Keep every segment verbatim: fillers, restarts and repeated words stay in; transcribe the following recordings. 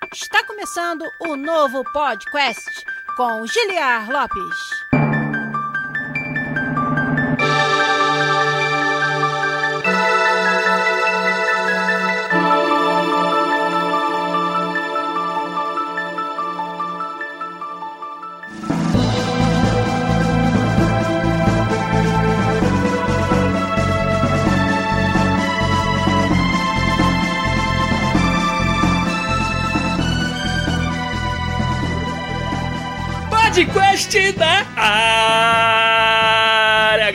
Está começando o novo podcast com Giliar Lopes. Podcast da área,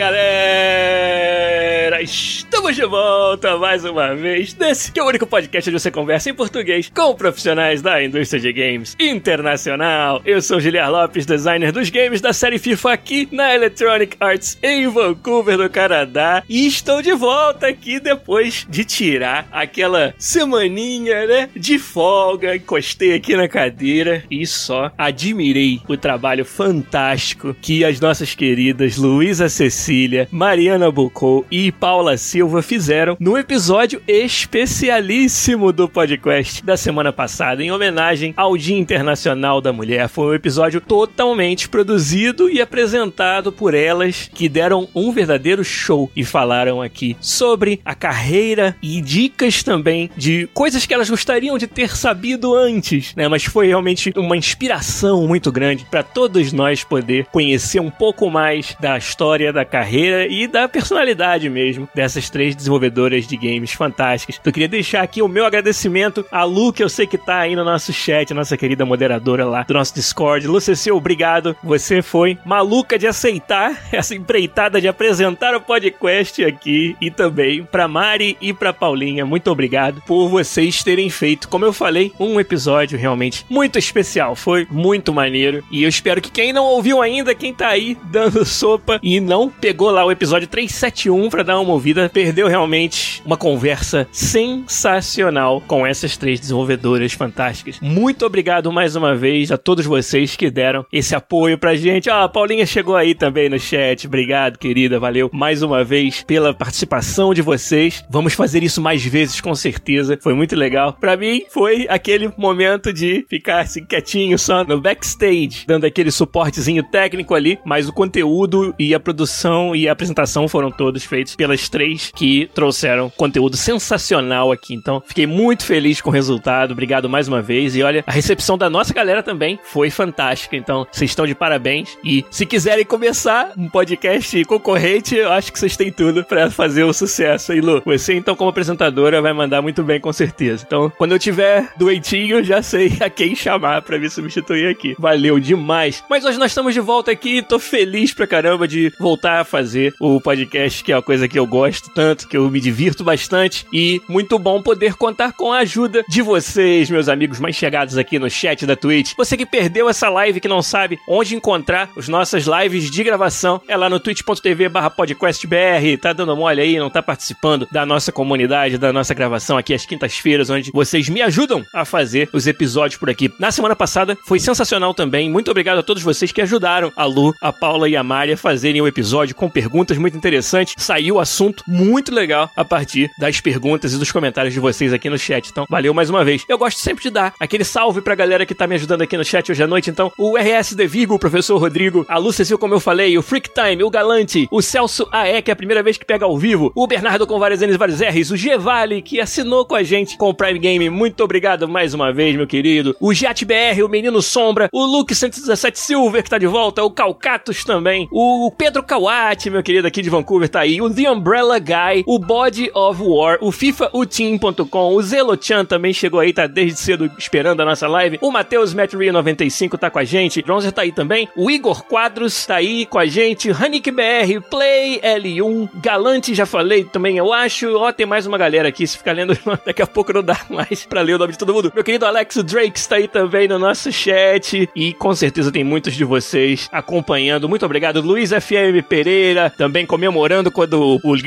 galera! Estamos de volta mais uma vez nesse que é o único podcast onde você conversa em português com profissionais da indústria de games internacional. Eu sou Giliar Lopes, designer dos games da série FIFA aqui na Electronic Arts em Vancouver, no Canadá, e estou de volta aqui depois de tirar aquela semaninha, né, de folga. Encostei aqui na cadeira e só admirei o trabalho fantástico que as nossas queridas Luísa Cecília, Mariana Bucol e Paula Silva fizeram no episódio especialíssimo do podcast da semana passada, em homenagem ao Dia Internacional da Mulher. Foi um episódio totalmente produzido e apresentado por elas, que deram um verdadeiro show e falaram aqui sobre a carreira e dicas também de coisas que elas gostariam de ter sabido antes, né? Mas foi realmente uma inspiração muito grande para todos nós poder conhecer um pouco mais da história, da carreira e da personalidade mesmo dessas três desenvolvedoras de games fantásticas. Então eu queria deixar aqui o meu agradecimento a Lu, que eu sei que tá aí no nosso chat, a nossa querida moderadora lá do nosso Discord. Lu Cecil, obrigado. Você foi maluca de aceitar essa empreitada de apresentar o podcast aqui. E também pra Mari e pra Paulinha, muito obrigado por vocês terem feito, como eu falei, um episódio realmente muito especial. Foi muito maneiro. E eu espero que quem não ouviu ainda, quem tá aí dando sopa e não pegou lá o episódio trezentos e setenta e um pra dar uma ouvida, perdeu realmente uma conversa sensacional com essas três desenvolvedoras fantásticas. Muito obrigado mais uma vez a todos vocês que deram esse apoio pra gente. Ah, a Paulinha chegou aí também no chat. Obrigado, querida. Valeu mais uma vez pela participação de vocês. Vamos fazer isso mais vezes, com certeza. Foi muito legal. Pra mim, foi aquele momento de ficar assim quietinho só no backstage, dando aquele suportezinho técnico ali, mas o conteúdo e a produção e a apresentação foram todos feitos pelas três que trouxeram conteúdo sensacional aqui. Então, fiquei muito feliz com o resultado. Obrigado mais uma vez. E olha, a recepção da nossa galera também foi fantástica. Então, vocês estão de parabéns. E se quiserem começar um podcast concorrente, eu acho que vocês têm tudo pra fazer o sucesso. E Lu, você então como apresentadora vai mandar muito bem, com certeza. Então, quando eu tiver doentinho, já sei a quem chamar pra me substituir aqui. Valeu demais. Mas hoje nós estamos de volta aqui. Tô feliz pra caramba de voltar a fazer o podcast, que é uma coisa que eu gosto tanto, que eu me divirto bastante, e muito bom poder contar com a ajuda de vocês, meus amigos mais chegados aqui no chat da Twitch. Você que perdeu essa live, que não sabe onde encontrar as nossas lives de gravação, é lá no twitch.tv barra podcastbr. Tá dando mole aí, não tá participando da nossa comunidade, da nossa gravação aqui às quintas-feiras, onde vocês me ajudam a fazer os episódios por aqui. Na semana passada foi sensacional também. Muito obrigado a todos vocês que ajudaram a Lu, a Paula e a Mari a fazerem o episódio com perguntas muito interessantes. Saiu o assunto muito legal a partir das perguntas e dos comentários de vocês aqui no chat. Então, valeu mais uma vez. Eu gosto sempre de dar aquele salve pra galera que tá me ajudando aqui no chat hoje à noite. Então, o R S de Vigo, o professor Rodrigo, a Lu Cecil, como eu falei, o Freak Time, o Galante, o Celso A E, que é a primeira vez que pega ao vivo, o Bernardo com várias N's e vários R's, o Gevale, que assinou com a gente com o Prime Game. Muito obrigado mais uma vez, meu querido. O Jet B R, o Menino Sombra, o Luke cento e dezessete Silver, que tá de volta, o Calcatos também, o Pedro Kawati, meu querido aqui de Vancouver, tá aí, o The Umbrella Guy, o Body of War, o FIFA U Team ponto com, o Zelochan também chegou aí, tá desde cedo esperando a nossa live, o Matheus Metri noventa e cinco tá com a gente, Bronzer tá aí também, o Igor Quadros tá aí com a gente, Hanik B R, Play L um, Galante já falei também, eu acho, ó, tem mais uma galera aqui, se ficar lendo, daqui a pouco não dá mais pra ler o nome de todo mundo. Meu querido Alex Drakes tá aí também no nosso chat, e com certeza tem muitos de vocês acompanhando. Muito obrigado, Luiz F M Pereira, também comemorando quando o grito de podcast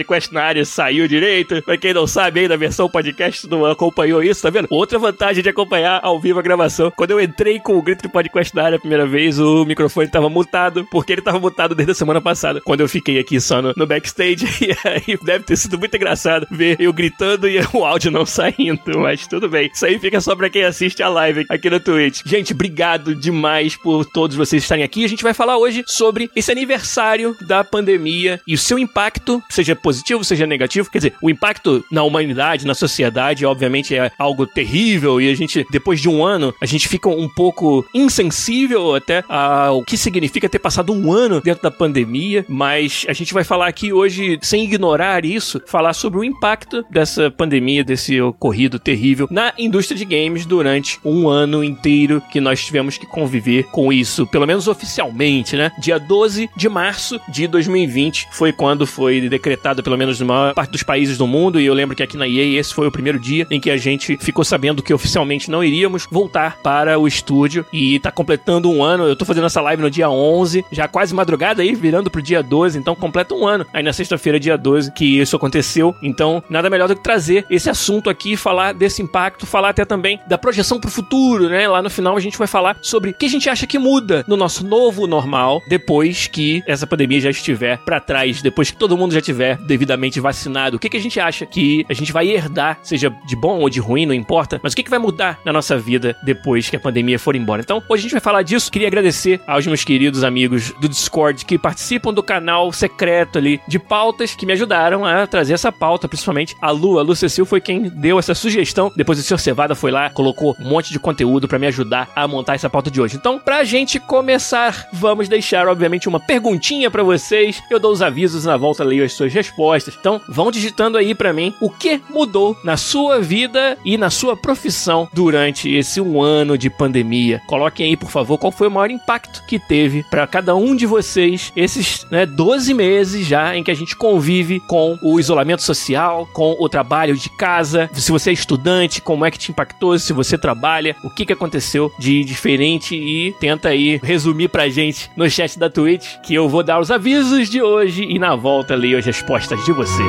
Podcast na área saiu direito. Pra quem não sabe aí, da versão podcast não acompanhou isso, tá vendo? Outra vantagem de acompanhar ao vivo a gravação. Quando eu entrei com o grito de podcast na área a primeira vez, o microfone tava mutado, porque ele tava mutado desde a semana passada, quando eu fiquei aqui só no, no backstage. E aí deve ter sido muito engraçado ver eu gritando e o áudio não saindo, mas tudo bem. Isso aí fica só pra quem assiste a live aqui no Twitch. Gente, obrigado demais por todos vocês estarem aqui. A gente vai falar hoje sobre esse aniversário da pandemia e o seu impacto, seja positivo, seja negativo. Quer dizer, o impacto na humanidade, na sociedade, obviamente é algo terrível e a gente, depois de um ano, a gente fica um pouco insensível até ao que significa ter passado um ano dentro da pandemia, mas a gente vai falar aqui hoje, sem ignorar isso, falar sobre o impacto dessa pandemia, desse ocorrido terrível na indústria de games durante um ano inteiro que nós tivemos que conviver com isso, pelo menos oficialmente, né? Dia doze de março de dois mil e vinte foi quando foi decretado, pelo menos na maior parte dos países do mundo, e eu lembro que aqui na E A esse foi o primeiro dia em que a gente ficou sabendo que oficialmente não iríamos voltar para o estúdio, e tá completando um ano. Eu tô fazendo essa live no dia onze, já quase madrugada aí, virando pro dia doze, então completa um ano. Aí na sexta-feira, dia doze, que isso aconteceu, então nada melhor do que trazer esse assunto aqui, falar desse impacto, falar até também da projeção pro futuro, né? Lá no final a gente vai falar sobre o que a gente acha que muda no nosso novo normal depois que essa pandemia já estiver pra trás, depois que todo mundo já tiver devidamente vacinado. O que, que a gente acha que a gente vai herdar, seja de bom ou de ruim, não importa, mas o que, que vai mudar na nossa vida depois que a pandemia for embora. Então, hoje a gente vai falar disso. Queria agradecer aos meus queridos amigos do Discord que participam do canal secreto ali de pautas, que me ajudaram a trazer essa pauta, principalmente a Lu. A Lu Cecil foi quem deu essa sugestão. Depois o senhor Cevada foi lá, colocou um monte de conteúdo pra me ajudar a montar essa pauta de hoje. Então, pra gente começar, vamos deixar, obviamente, uma perguntinha pra vocês. Eu dou os avisos, na volta leio as suas respostas. Então, vão digitando aí pra mim o que mudou na sua vida e na sua profissão durante esse um ano de pandemia. Coloquem aí, por favor, qual foi o maior impacto que teve pra cada um de vocês esses, né, doze meses já em que a gente convive com o isolamento social, com o trabalho de casa. Se você é estudante, como é que te impactou? Se você trabalha, o que que aconteceu de diferente? E tenta aí resumir pra gente no chat da Twitch, que eu vou dar os avisos de hoje e na volta leio as respostas de vocês.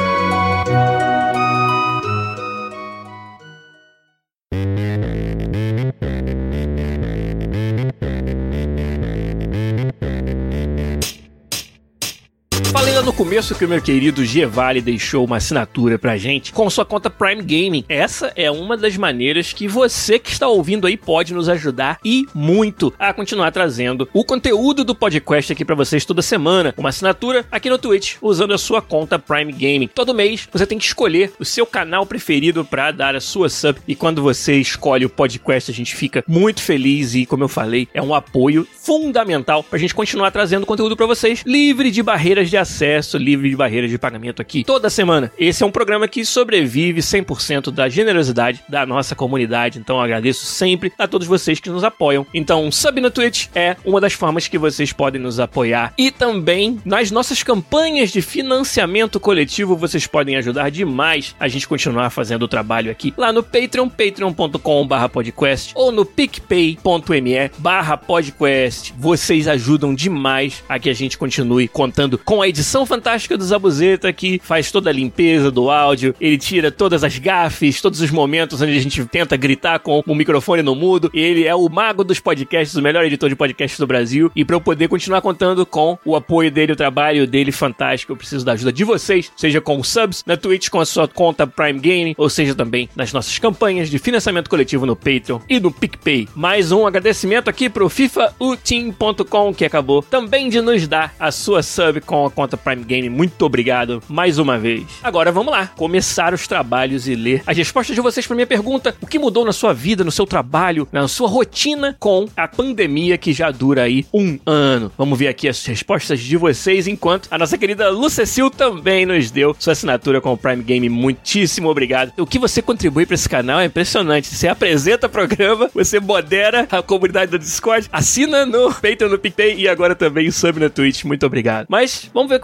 Falei lá no começo que o meu querido G-Vale deixou uma assinatura pra gente com sua conta Prime Gaming. Essa é uma das maneiras que você que está ouvindo aí pode nos ajudar e muito a continuar trazendo o conteúdo do podcast aqui pra vocês toda semana. Uma assinatura aqui no Twitch, usando a sua conta Prime Gaming. Todo mês você tem que escolher o seu canal preferido pra dar a sua sub, e quando você escolhe o podcast a gente fica muito feliz e, como eu falei, é um apoio fundamental pra gente continuar trazendo conteúdo pra vocês, livre de barreiras de acesso, livre de barreiras de pagamento aqui toda semana. Esse é um programa que sobrevive cem por cento da generosidade da nossa comunidade, então eu agradeço sempre a todos vocês que nos apoiam. Então, sub no Twitch é uma das formas que vocês podem nos apoiar, e também nas nossas campanhas de financiamento coletivo vocês podem ajudar demais a gente continuar fazendo o trabalho aqui lá no Patreon, patreon ponto com barra podcast, ou no picpay ponto me barra podcast. Vocês ajudam demais a que a gente continue contando com a edição fantástica do Zabuzeta, que faz toda a limpeza do áudio. Ele tira todas as gafes, todos os momentos onde a gente tenta gritar com o microfone no mudo. Ele é o mago dos podcasts, o melhor editor de podcasts do Brasil, e para eu poder continuar contando com o apoio dele, o trabalho dele fantástico, eu preciso da ajuda de vocês, seja com subs na Twitch, com a sua conta Prime Gaming, ou seja também nas nossas campanhas de financiamento coletivo no Patreon e no PicPay. Mais um agradecimento aqui pro FIFA U Team ponto com, que acabou também de nos dar a sua sub com a conta Prime Game. Muito obrigado mais uma vez. Agora vamos lá, começar os trabalhos e ler as respostas de vocês para minha pergunta: o que mudou na sua vida, no seu trabalho, na sua rotina com a pandemia que já dura aí um ano? Vamos ver aqui as respostas de vocês, enquanto a nossa querida Lu Cecil também nos deu sua assinatura com o Prime Game. Muitíssimo obrigado. O que você contribui para esse canal é impressionante. Você apresenta programa, você modera a comunidade do Discord, assina no Patreon, no PicPay e agora também sub na Twitch. Muito obrigado. Mas vamos ver o que vocês disseram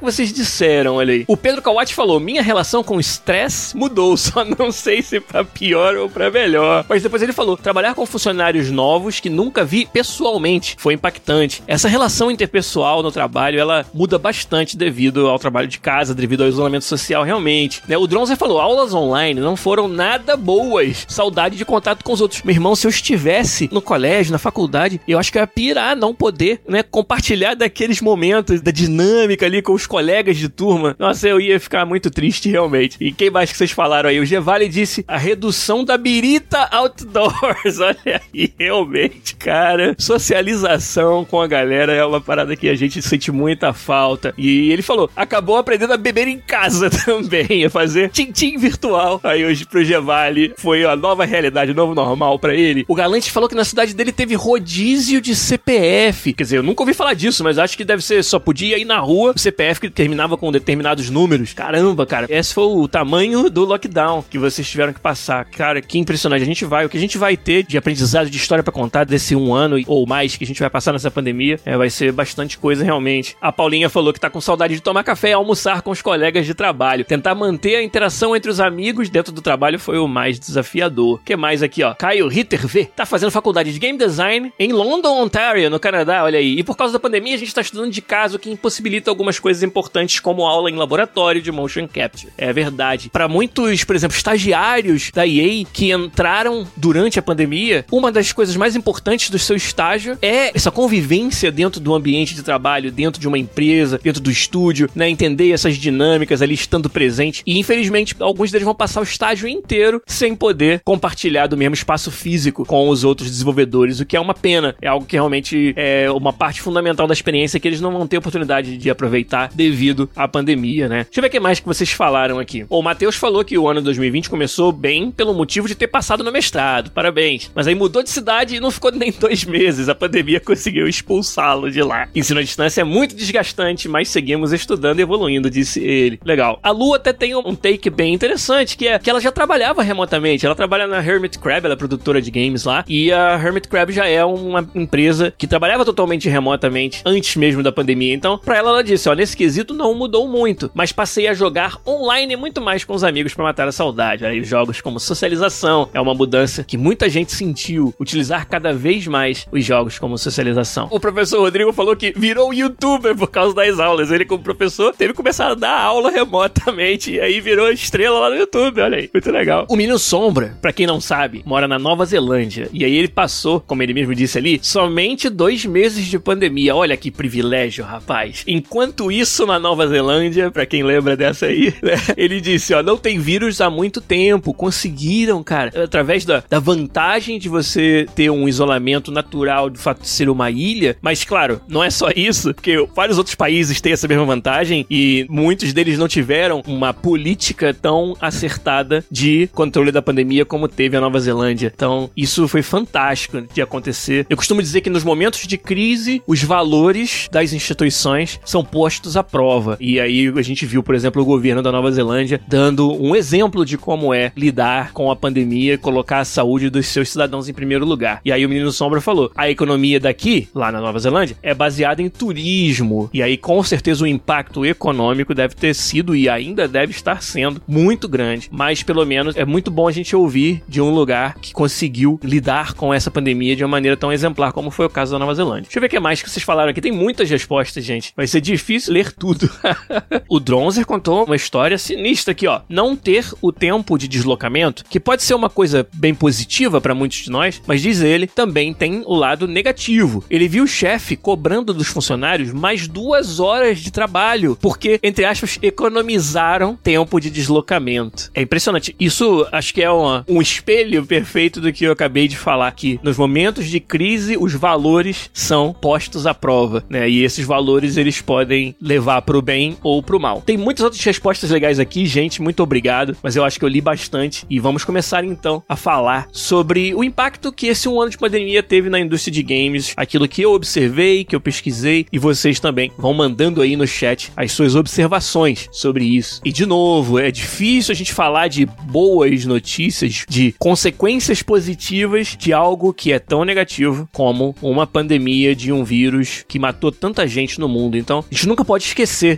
disseram, olha aí. O Pedro Kawati falou, minha relação com estresse mudou, só não sei se pra pior ou pra melhor. Mas depois ele falou, trabalhar com funcionários novos que nunca vi pessoalmente foi impactante. Essa relação interpessoal no trabalho, ela muda bastante devido ao trabalho de casa, devido ao isolamento social realmente, né? O Dronzer falou, aulas online não foram nada boas. Saudade de contato com os outros. Meu irmão, se eu estivesse no colégio, na faculdade, eu acho que eu ia pirar não poder, né, compartilhar daqueles momentos, da dinâmica ali com os colegas de turma. Nossa, eu ia ficar muito triste realmente. E quem mais que vocês falaram aí? O Gevale disse a redução da birita outdoors. Olha aí, realmente, cara. Socialização com a galera é uma parada que a gente sente muita falta. E ele falou, acabou aprendendo a beber em casa também, a fazer tim-tim virtual. Aí hoje pro Gevale foi a nova realidade, o novo normal pra ele. O Galante falou que na cidade dele teve rodízio de C P F. Quer dizer, eu nunca ouvi falar disso, mas acho que deve ser, só podia ir na rua, o C P F que terminava com determinados números. Caramba, cara, esse foi o tamanho do lockdown que vocês tiveram que passar. Cara, que impressionante. A gente vai, o que a gente vai ter de aprendizado, de história pra contar desse um ano ou mais que a gente vai passar nessa pandemia, é, vai ser bastante coisa realmente. A Paulinha falou que tá com saudade de tomar café e almoçar com os colegas de trabalho. Tentar manter a interação entre os amigos dentro do trabalho foi o mais desafiador. O que mais aqui, ó? Caio Ritter V tá fazendo faculdade de Game Design em London, Ontario, no Canadá, olha aí. E por causa da pandemia, a gente tá estudando de casa, o que impossibilita algumas coisas importantes, como aula em laboratório de motion capture. É verdade. Para muitos, por exemplo, estagiários da E A que entraram durante a pandemia, uma das coisas mais importantes do seu estágio é essa convivência dentro do ambiente de trabalho, dentro de uma empresa, dentro do estúdio, né? Entender essas dinâmicas ali, estando presente. E, infelizmente, alguns deles vão passar o estágio inteiro sem poder compartilhar do mesmo espaço físico com os outros desenvolvedores, o que é uma pena. É algo que realmente é uma parte fundamental da experiência que eles não vão ter oportunidade de aproveitar devido à pandemia, né? Deixa eu ver o que mais que vocês falaram aqui. O Matheus falou que o ano dois mil e vinte começou bem pelo motivo de ter passado no mestrado. Parabéns. Mas aí mudou de cidade e não ficou nem dois meses. A pandemia conseguiu expulsá-lo de lá. Ensino à distância é muito desgastante, mas seguimos estudando e evoluindo, disse ele. Legal. A Lu até tem um take bem interessante, que é que ela já trabalhava remotamente. Ela trabalha na Hermit Crab, ela é produtora de games lá, e a Hermit Crab já é uma empresa que trabalhava totalmente remotamente antes mesmo da pandemia. Então, pra ela, ela disse, ó, nesse quesito não mudou muito, mas passei a jogar online muito mais com os amigos pra matar a saudade. Aí, jogos como socialização é uma mudança que muita gente sentiu, utilizar cada vez mais os jogos como socialização. O professor Rodrigo falou que virou youtuber por causa das aulas. Ele, como professor, teve que começar a dar aula remotamente e aí virou estrela lá no YouTube, olha aí, muito legal. O Menino Sombra, pra quem não sabe, mora na Nova Zelândia, e aí ele passou, como ele mesmo disse ali, somente dois meses de pandemia. Olha que privilégio, rapaz. Enquanto isso, na Nova Zelândia, pra quem lembra dessa aí, né, ele disse, ó, não tem vírus há muito tempo, conseguiram, cara, através da, da vantagem de você ter um isolamento natural do fato de ser uma ilha, mas claro, não é só isso, porque vários outros países têm essa mesma vantagem e muitos deles não tiveram uma política tão acertada de controle da pandemia como teve a Nova Zelândia. Então, isso foi fantástico de acontecer. Eu costumo dizer que nos momentos de crise, os valores das instituições são postos à prova. E aí a gente viu, por exemplo, o governo da Nova Zelândia dando um exemplo de como é lidar com a pandemia e colocar a saúde dos seus cidadãos em primeiro lugar. E aí o Menino Sombra falou, a economia daqui, lá na Nova Zelândia, é baseada em turismo. E aí, com certeza, o impacto econômico deve ter sido e ainda deve estar sendo muito grande. Mas, pelo menos, é muito bom a gente ouvir de um lugar que conseguiu lidar com essa pandemia de uma maneira tão exemplar como foi o caso da Nova Zelândia. Deixa eu ver o que mais que vocês falaram aqui. Tem muitas respostas, gente. Vai ser difícil ler tudo. O Dronzer contou uma história sinistra aqui, ó. Não ter o tempo de deslocamento, que pode ser uma coisa bem positiva para muitos de nós, mas diz ele, também tem o lado negativo. Ele viu o chefe cobrando dos funcionários mais duas horas de trabalho, porque, entre aspas, economizaram tempo de deslocamento. É impressionante. Isso, acho que é uma, um espelho perfeito do que eu acabei de falar aqui. Nos momentos de crise, os valores são postos à prova, né? E esses valores, eles podem levar pro bem ou pro mal. Tem muitas outras respostas legais aqui, gente, muito obrigado, mas eu acho que eu li bastante e vamos começar então a falar sobre o impacto que esse um ano de pandemia teve na indústria de games, aquilo que eu observei, que eu pesquisei, e vocês também vão mandando aí no chat as suas observações sobre isso. E de novo, é difícil a gente falar de boas notícias, de consequências positivas de algo que é tão negativo como uma pandemia de um vírus que matou tanta gente no mundo. Então, a gente nunca pode esquecer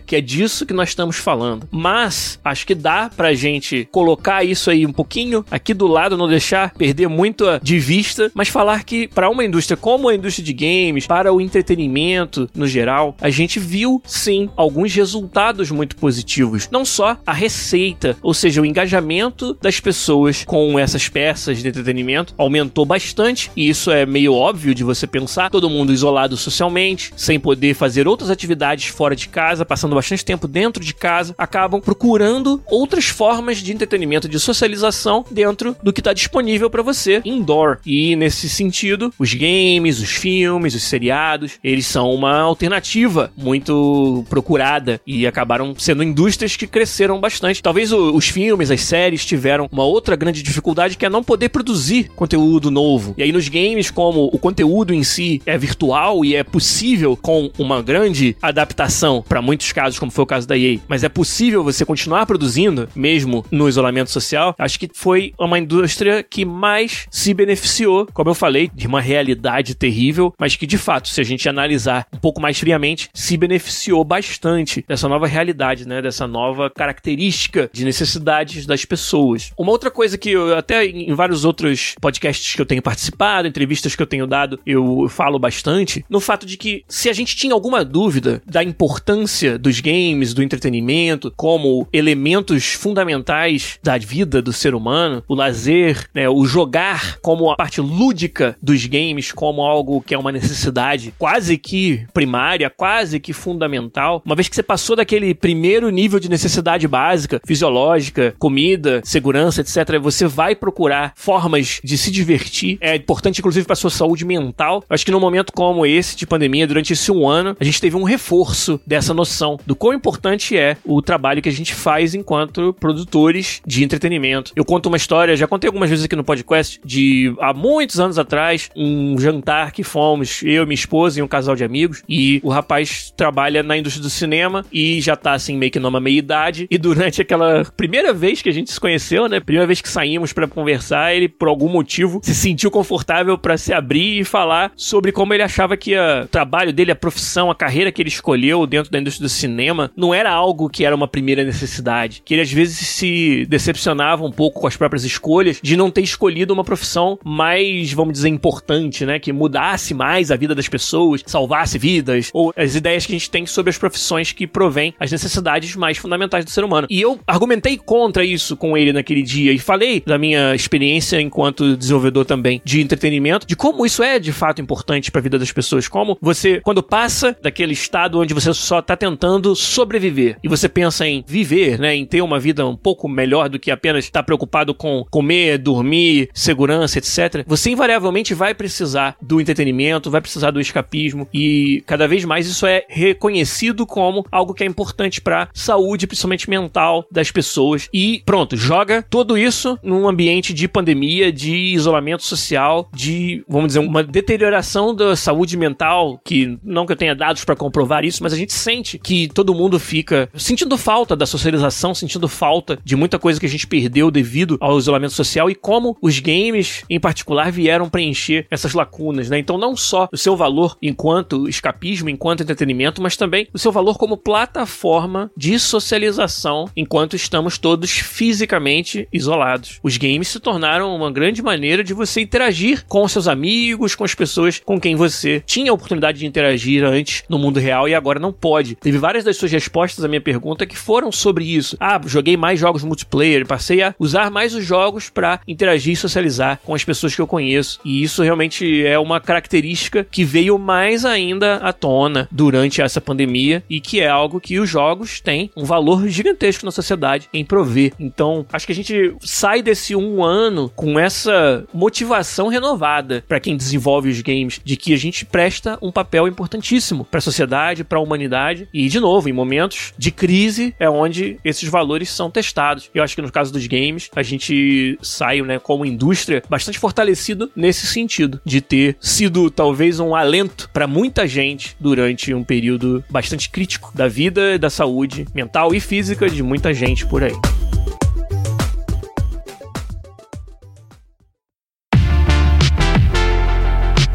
dizer que é disso que nós estamos falando. Mas acho que dá pra gente colocar isso aí um pouquinho aqui do lado, não deixar perder muito de vista, mas falar que para uma indústria como a indústria de games, para o entretenimento no geral, a gente viu sim alguns resultados muito positivos. Não só a receita, ou seja, o engajamento das pessoas com essas peças de entretenimento aumentou bastante, e isso é meio óbvio de você pensar, todo mundo isolado socialmente, sem poder fazer outras atividades fora de casa, passando bastante tempo dentro de casa, acabam procurando outras formas de entretenimento, de socialização dentro do que está disponível para você indoor. E nesse sentido, os games, os filmes, os seriados, eles são uma alternativa muito procurada e acabaram sendo indústrias que cresceram bastante. Talvez o, os filmes, as séries tiveram uma outra grande dificuldade, que é não poder produzir conteúdo novo. E aí nos games, como o conteúdo em si é virtual e é possível com uma grande adaptação para muitos casos, como foi o caso da E A, mas é possível você continuar produzindo mesmo no isolamento social, acho que foi uma indústria que mais se beneficiou, como eu falei, de uma realidade terrível, mas que de fato, se a gente analisar um pouco mais friamente, se beneficiou bastante dessa nova realidade, né, dessa nova característica de necessidades das pessoas. Uma outra coisa que eu, até em vários outros podcasts que eu tenho participado, entrevistas que eu tenho dado, eu falo bastante, no fato de que se a gente tinha alguma dúvida da importância dos games, do entretenimento, como elementos fundamentais da vida do ser humano, o lazer, né, o jogar como a parte lúdica dos games, como algo que é uma necessidade quase que primária, quase que fundamental, uma vez que você passou daquele primeiro nível de necessidade básica, fisiológica, comida, segurança, etcétera, você vai procurar formas de se divertir. É importante, inclusive, para a sua saúde mental. Eu acho que num momento como esse de pandemia, durante esse um ano, a gente teve um reforço dessa noção do quão importante é o trabalho que a gente faz enquanto produtores de entretenimento. Eu conto uma história, já contei algumas vezes aqui no podcast, de há muitos anos atrás, um jantar que fomos, eu, minha esposa e um casal de amigos, e o rapaz trabalha na indústria do cinema e já tá assim meio que numa meia-idade, e durante aquela primeira vez que a gente se conheceu, né, primeira vez que saímos pra conversar, ele por algum motivo se sentiu confortável pra se abrir e falar sobre como ele achava que a, o trabalho dele, a profissão, a carreira que ele escolheu dentro da indústria do cinema não era algo que era uma primeira necessidade, que ele às vezes se decepcionava um pouco com as próprias escolhas de não ter escolhido uma profissão mais, vamos dizer, importante, né, que mudasse mais a vida das pessoas, salvasse vidas, ou as ideias que a gente tem sobre as profissões que provém as necessidades mais fundamentais do ser humano. E eu argumentei contra isso com ele naquele dia e falei da minha experiência enquanto desenvolvedor também de entretenimento, de como isso é de fato importante para a vida das pessoas, como você, quando passa daquele estado onde você só tá tentando sobreviver e você pensa em viver, né, em ter uma vida um pouco melhor do que apenas estar preocupado com comer, dormir, segurança, etcétera, você invariavelmente vai precisar do entretenimento, vai precisar do escapismo, e cada vez mais isso é reconhecido como algo que é importante para saúde, principalmente mental, das pessoas. E pronto, joga tudo isso num ambiente de pandemia, de isolamento social, de, vamos dizer, uma deterioração da saúde mental, que não que eu tenha dados para comprovar isso, mas a gente sente que todo mundo fica sentindo falta da socialização, sentindo falta de muita coisa que a gente perdeu devido ao isolamento social, e como os games, em particular, vieram preencher essas lacunas, né? Então, não só o seu valor enquanto escapismo, enquanto entretenimento, mas também o seu valor como plataforma de socialização enquanto estamos todos fisicamente isolados. Os games se tornaram uma grande maneira de você interagir com seus amigos, com as pessoas com quem você tinha a oportunidade de interagir antes no mundo real e agora não pode. Teve várias das suas respostas à minha pergunta que foram sobre isso. Ah, joguei mais jogos multiplayer, passei a usar mais os jogos para interagir e socializar com as pessoas que eu conheço. E isso realmente é uma característica que veio mais ainda à tona durante essa pandemia, e que é algo que os jogos têm um valor gigantesco na sociedade em prover. Então, acho que a gente sai desse um ano com essa motivação renovada para quem desenvolve os games, de que a gente presta um papel importantíssimo para a sociedade, para a humanidade, e de novo, em momentos de crise é onde esses valores são testados. Eu acho que no caso dos games, a gente sai, né, como indústria bastante fortalecido nesse sentido, de ter sido talvez um alento para muita gente durante um período bastante crítico da vida, da saúde mental e física de muita gente por aí.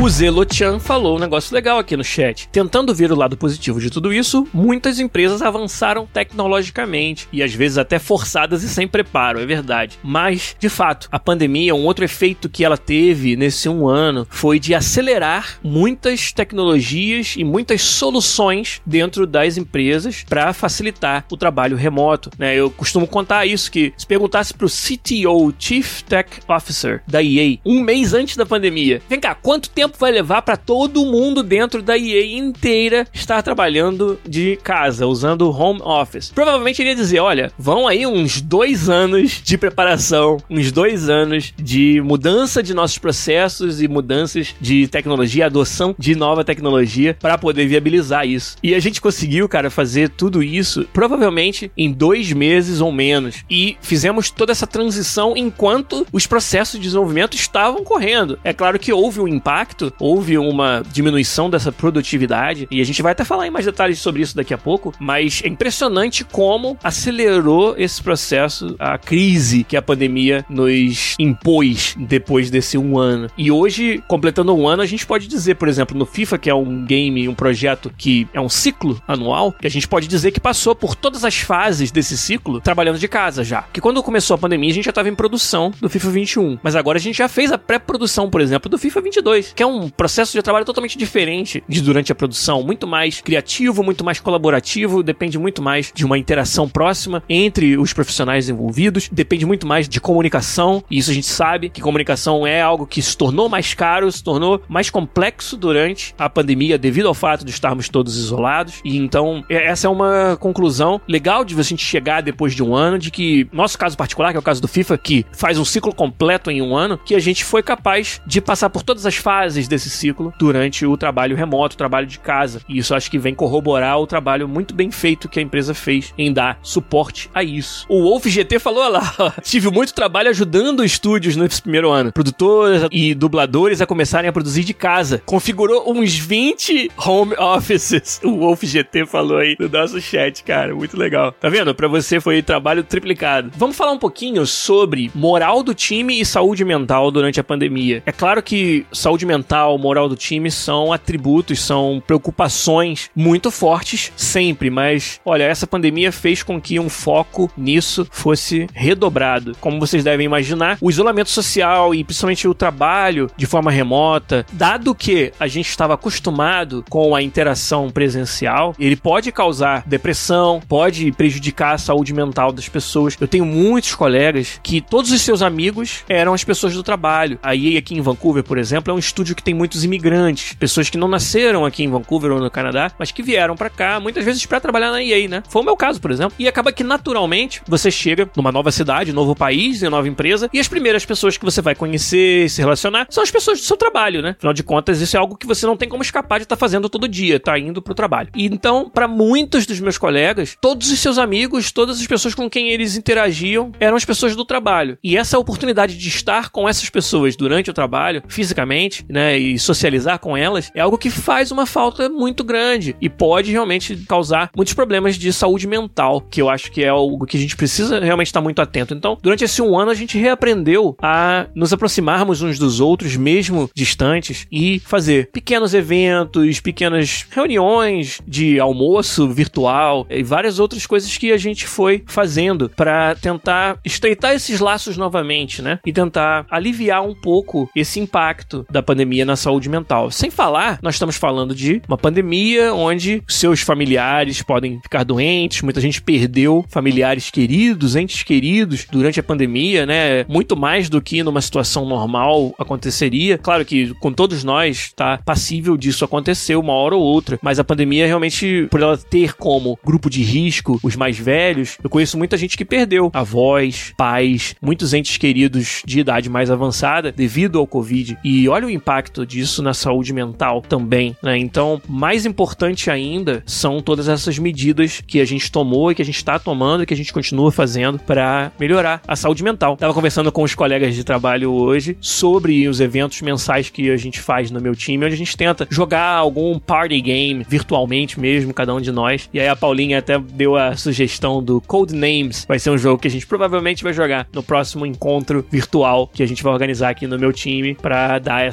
O Zelochan falou um negócio legal aqui no chat. Tentando ver o lado positivo de tudo isso, muitas empresas avançaram tecnologicamente e às vezes até forçadas e sem preparo, é verdade. Mas, de fato, a pandemia, um outro efeito que ela teve nesse um ano foi de acelerar muitas tecnologias e muitas soluções dentro das empresas para facilitar o trabalho remoto, né? Eu costumo contar isso, que se perguntasse pro C T O, Chief Tech Officer da E A, um mês antes da pandemia, vem cá, quanto tempo vai levar para todo mundo dentro da E A inteira estar trabalhando de casa, usando home office? Provavelmente ele ia dizer, olha, vão aí uns dois anos de preparação, uns dois anos de mudança de nossos processos e mudanças de tecnologia, adoção de nova tecnologia para poder viabilizar isso. E a gente conseguiu, cara, fazer tudo isso provavelmente em dois meses ou menos. E fizemos toda essa transição enquanto os processos de desenvolvimento estavam correndo. É claro que houve um impacto, houve uma diminuição dessa produtividade, e a gente vai até falar em mais detalhes sobre isso daqui a pouco, mas é impressionante como acelerou esse processo, a crise que a pandemia nos impôs depois desse um ano. E hoje, completando um ano, a gente pode dizer, por exemplo, no FIFA, que é um game, um projeto que é um ciclo anual, que a gente pode dizer que passou por todas as fases desse ciclo trabalhando de casa já. Porque quando começou a pandemia, a gente já estava em produção do FIFA vinte e um, mas agora a gente já fez a pré-produção, por exemplo, do FIFA vinte e dois, que é um processo de trabalho totalmente diferente de durante a produção, muito mais criativo, muito mais colaborativo, depende muito mais de uma interação próxima entre os profissionais envolvidos, depende muito mais de comunicação, e isso a gente sabe que comunicação é algo que se tornou mais caro, se tornou mais complexo durante a pandemia, devido ao fato de estarmos todos isolados. E então, essa é uma conclusão legal de a gente chegar depois de um ano, de que, nosso caso particular, que é o caso do FIFA, que faz um ciclo completo em um ano, que a gente foi capaz de passar por todas as fases desse ciclo durante o trabalho remoto, o trabalho de casa. E isso acho que vem corroborar o trabalho muito bem feito que a empresa fez em dar suporte a isso. O Wolf G T falou lá, ó, tive muito trabalho ajudando estúdios nesse primeiro ano, produtores e dubladores a começarem a produzir de casa. Configurou uns vinte home offices. O Wolf G T falou aí no nosso chat, cara, muito legal. Tá vendo? Pra você foi trabalho triplicado. Vamos falar um pouquinho sobre moral do time e saúde mental durante a pandemia. É claro que saúde mental, moral do time são atributos, são preocupações muito fortes sempre, mas olha, essa pandemia fez com que um foco nisso fosse redobrado. Como vocês devem imaginar, o isolamento social e principalmente o trabalho de forma remota, dado que a gente estava acostumado com a interação presencial, ele pode causar depressão, pode prejudicar a saúde mental das pessoas. Eu tenho muitos colegas que todos os seus amigos eram as pessoas do trabalho. A E A aqui em Vancouver, por exemplo, é um estúdio que tem muitos imigrantes, pessoas que não nasceram aqui em Vancouver ou no Canadá, mas que vieram pra cá, muitas vezes pra trabalhar na E A, né? Foi o meu caso, por exemplo. E acaba que naturalmente você chega numa nova cidade, novo país, em nova empresa, e as primeiras pessoas que você vai conhecer e se relacionar são as pessoas do seu trabalho, né? Afinal de contas, isso é algo que você não tem como escapar de estar fazendo todo dia, tá indo pro trabalho. E então, pra muitos dos meus colegas, todos os seus amigos, todas as pessoas com quem eles interagiam eram as pessoas do trabalho. E essa oportunidade de estar com essas pessoas durante o trabalho, fisicamente, né, e socializar com elas, é algo que faz uma falta muito grande e pode realmente causar muitos problemas de saúde mental, que eu acho que é algo que a gente precisa realmente estar muito atento. Então, durante esse um ano, a gente reaprendeu a nos aproximarmos uns dos outros, mesmo distantes, e fazer pequenos eventos, pequenas reuniões de almoço virtual e várias outras coisas que a gente foi fazendo para tentar estreitar esses laços novamente, né? E tentar aliviar um pouco esse impacto da pandemia na saúde mental. Sem falar, nós estamos falando de uma pandemia onde seus familiares podem ficar doentes, muita gente perdeu familiares queridos, entes queridos durante a pandemia, né? Muito mais do que numa situação normal aconteceria. Claro que com todos nós tá passível disso acontecer uma hora ou outra, mas a pandemia realmente, por ela ter como grupo de risco os mais velhos, eu conheço muita gente que perdeu avós, pais, muitos entes queridos de idade mais avançada devido ao Covid. E olha o impacto disso na saúde mental também, né? Então, mais importante ainda são todas essas medidas que a gente tomou e que a gente está tomando e que a gente continua fazendo para melhorar a saúde mental. Tava conversando com os colegas de trabalho hoje sobre os eventos mensais que a gente faz no meu time, onde a gente tenta jogar algum party game virtualmente mesmo, cada um de nós. E aí a Paulinha até deu a sugestão do Codenames. Vai ser um jogo que a gente provavelmente vai jogar no próximo encontro virtual que a gente vai organizar aqui no meu time para dar essa relaxada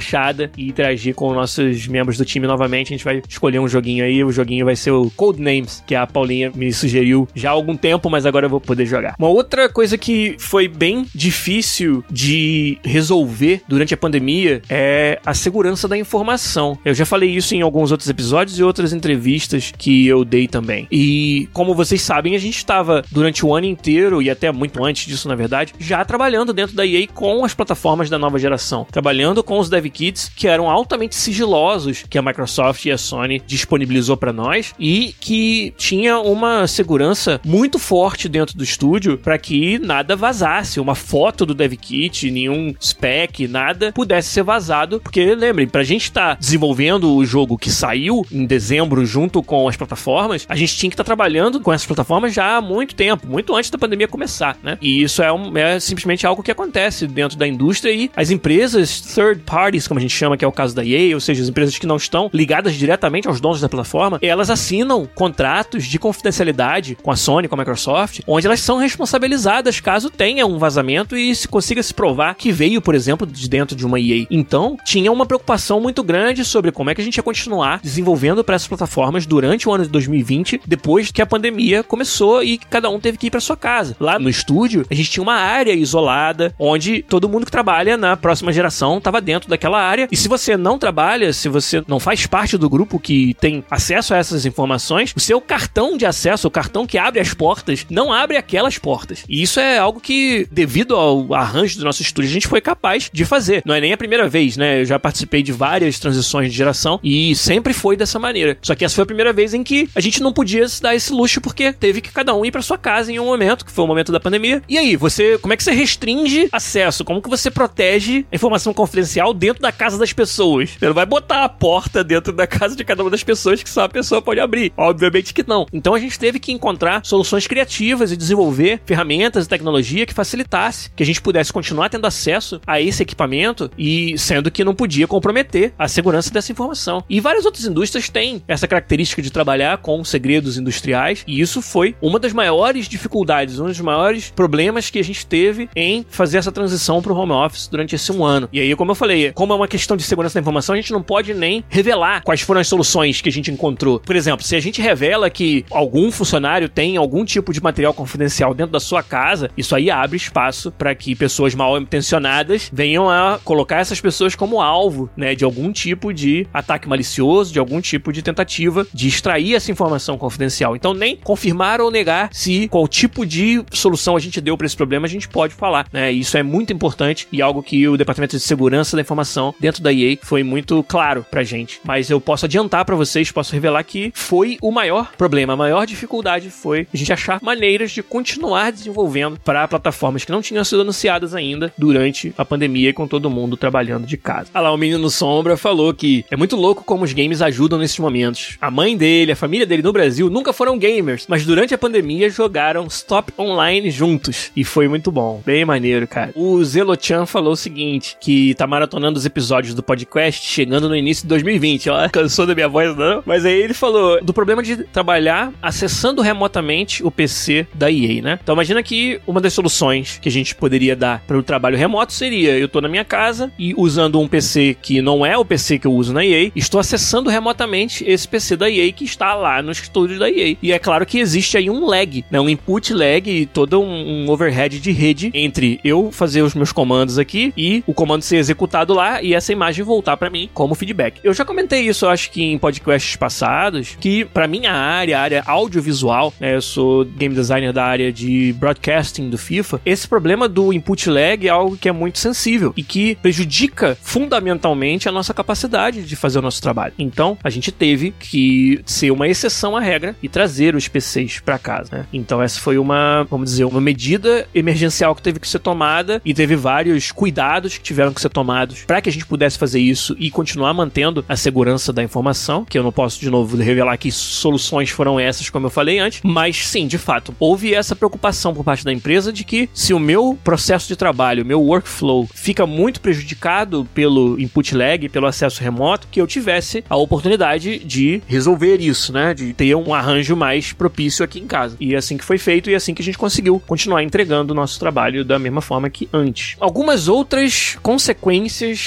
relaxada e interagir com nossos membros do time novamente. A gente vai escolher um joguinho aí, o joguinho vai ser o Codenames, que a Paulinha me sugeriu já há algum tempo, mas agora eu vou poder jogar. Uma outra coisa que foi bem difícil de resolver durante a pandemia é a segurança da informação. Eu já falei isso em alguns outros episódios e outras entrevistas que eu dei também. E como vocês sabem, a gente estava durante o ano inteiro, e até muito antes disso, na verdade, já trabalhando dentro da E A com as plataformas da nova geração. Trabalhando com os dev kits que eram altamente sigilosos, que a Microsoft e a Sony disponibilizou para nós, e que tinha uma segurança muito forte dentro do estúdio para que nada vazasse, uma foto do dev kit, nenhum spec, nada pudesse ser vazado, porque lembrem, pra gente estar tá desenvolvendo o jogo que saiu em dezembro junto com as plataformas, a gente tinha que estar tá trabalhando com essas plataformas já há muito tempo, muito antes da pandemia começar, né? E isso é, um, é simplesmente algo que acontece dentro da indústria, e as empresas third parties, como a gente chama, que é o caso da E A, ou seja, as empresas que não estão ligadas diretamente aos donos da plataforma, elas assinam contratos de confidencialidade com a Sony, com a Microsoft, onde elas são responsabilizadas caso tenha um vazamento e se consiga se provar que veio, por exemplo, de dentro de uma E A. Então, tinha uma preocupação muito grande sobre como é que a gente ia continuar desenvolvendo para essas plataformas durante o ano de dois mil e vinte, depois que a pandemia começou e cada um teve que ir para sua casa. Lá no estúdio, a gente tinha uma área isolada, onde todo mundo que trabalha na próxima geração estava dentro daquela área, e se você não trabalha, se você não faz parte do grupo que tem acesso a essas informações, o seu cartão de acesso, o cartão que abre as portas, não abre aquelas portas. E isso é algo que, devido ao arranjo do nosso estúdio, a gente foi capaz de fazer. Não é nem a primeira vez, né? Eu já participei de várias transições de geração e sempre foi dessa maneira. Só que essa foi a primeira vez em que a gente não podia se dar esse luxo, porque teve que cada um ir pra sua casa em um momento, que foi o momento da pandemia. E aí, você, como é que você restringe acesso? Como que você protege a informação confidencial dentro da casa das pessoas? Você não vai botar a porta dentro da casa de cada uma das pessoas que só a pessoa pode abrir. Obviamente que não. Então a gente teve que encontrar soluções criativas e desenvolver ferramentas e tecnologia que facilitasse que a gente pudesse continuar tendo acesso a esse equipamento, e sendo que não podia comprometer a segurança dessa informação. E várias outras indústrias têm essa característica de trabalhar com segredos industriais, e isso foi uma das maiores dificuldades, um dos maiores problemas que a gente teve em fazer essa transição para o home office durante esse um ano. E aí, como eu falei, como é uma questão de segurança da informação, a gente não pode nem revelar quais foram as soluções que a gente encontrou. Por exemplo, se a gente revela que algum funcionário tem algum tipo de material confidencial dentro da sua casa, isso aí abre espaço para que pessoas mal intencionadas venham a colocar essas pessoas como alvo, né, de algum tipo de ataque malicioso, de algum tipo de tentativa de extrair essa informação confidencial. Então, nem confirmar ou negar se qual tipo de solução a gente deu para esse problema, a gente pode falar, né? Isso é muito importante e algo que o Departamento de Segurança da Informação dentro da E A foi muito claro pra gente. Mas eu posso adiantar pra vocês, posso revelar que foi o maior problema, a maior dificuldade foi a gente achar maneiras de continuar desenvolvendo para plataformas que não tinham sido anunciadas ainda durante a pandemia, com todo mundo trabalhando de casa. Ah lá, o Menino Sombra falou que é muito louco como os games ajudam nesses momentos. A mãe dele, a família dele no Brasil nunca foram gamers, mas durante a pandemia jogaram Stop Online juntos. E foi muito bom. Bem maneiro, cara. O Zelochan falou o seguinte, que tá maratonando os episódios do podcast chegando no início de dois mil e vinte. Ó, cansou da minha voz, não? Mas aí ele falou do problema de trabalhar acessando remotamente o P C da E A, né? Então imagina que uma das soluções que a gente poderia dar para o trabalho remoto seria, eu tô na minha casa e usando um P C que não é o P C que eu uso na E A, estou acessando remotamente esse P C da E A que está lá no estúdio da E A. E é claro que existe aí um lag, né? Um input lag e todo um, um overhead de rede entre eu fazer os meus comandos aqui e o comando ser executado lá e essa imagem voltar para mim como feedback. Eu já comentei isso, eu acho que em podcasts passados, que para minha área, a área audiovisual, né? Eu sou game designer da área de broadcasting do FIFA. Esse problema do input lag é algo que é muito sensível e que prejudica fundamentalmente a nossa capacidade de fazer o nosso trabalho. Então, a gente teve que ser uma exceção à regra e trazer os P Cs para casa, né? Então, essa foi uma, vamos dizer, uma medida emergencial que teve que ser tomada e teve vários cuidados que tiveram que ser tomados para que a gente pudesse fazer isso e continuar mantendo a segurança da informação, que eu não posso, de novo, revelar que soluções foram essas, como eu falei antes, mas sim, de fato, houve essa preocupação por parte da empresa de que se o meu processo de trabalho, o meu workflow fica muito prejudicado pelo input lag, pelo acesso remoto, que eu tivesse a oportunidade de resolver isso, né? De ter um arranjo mais propício aqui em casa. E assim que foi feito e assim que a gente conseguiu continuar entregando o nosso trabalho da mesma forma que antes. Algumas outras consequências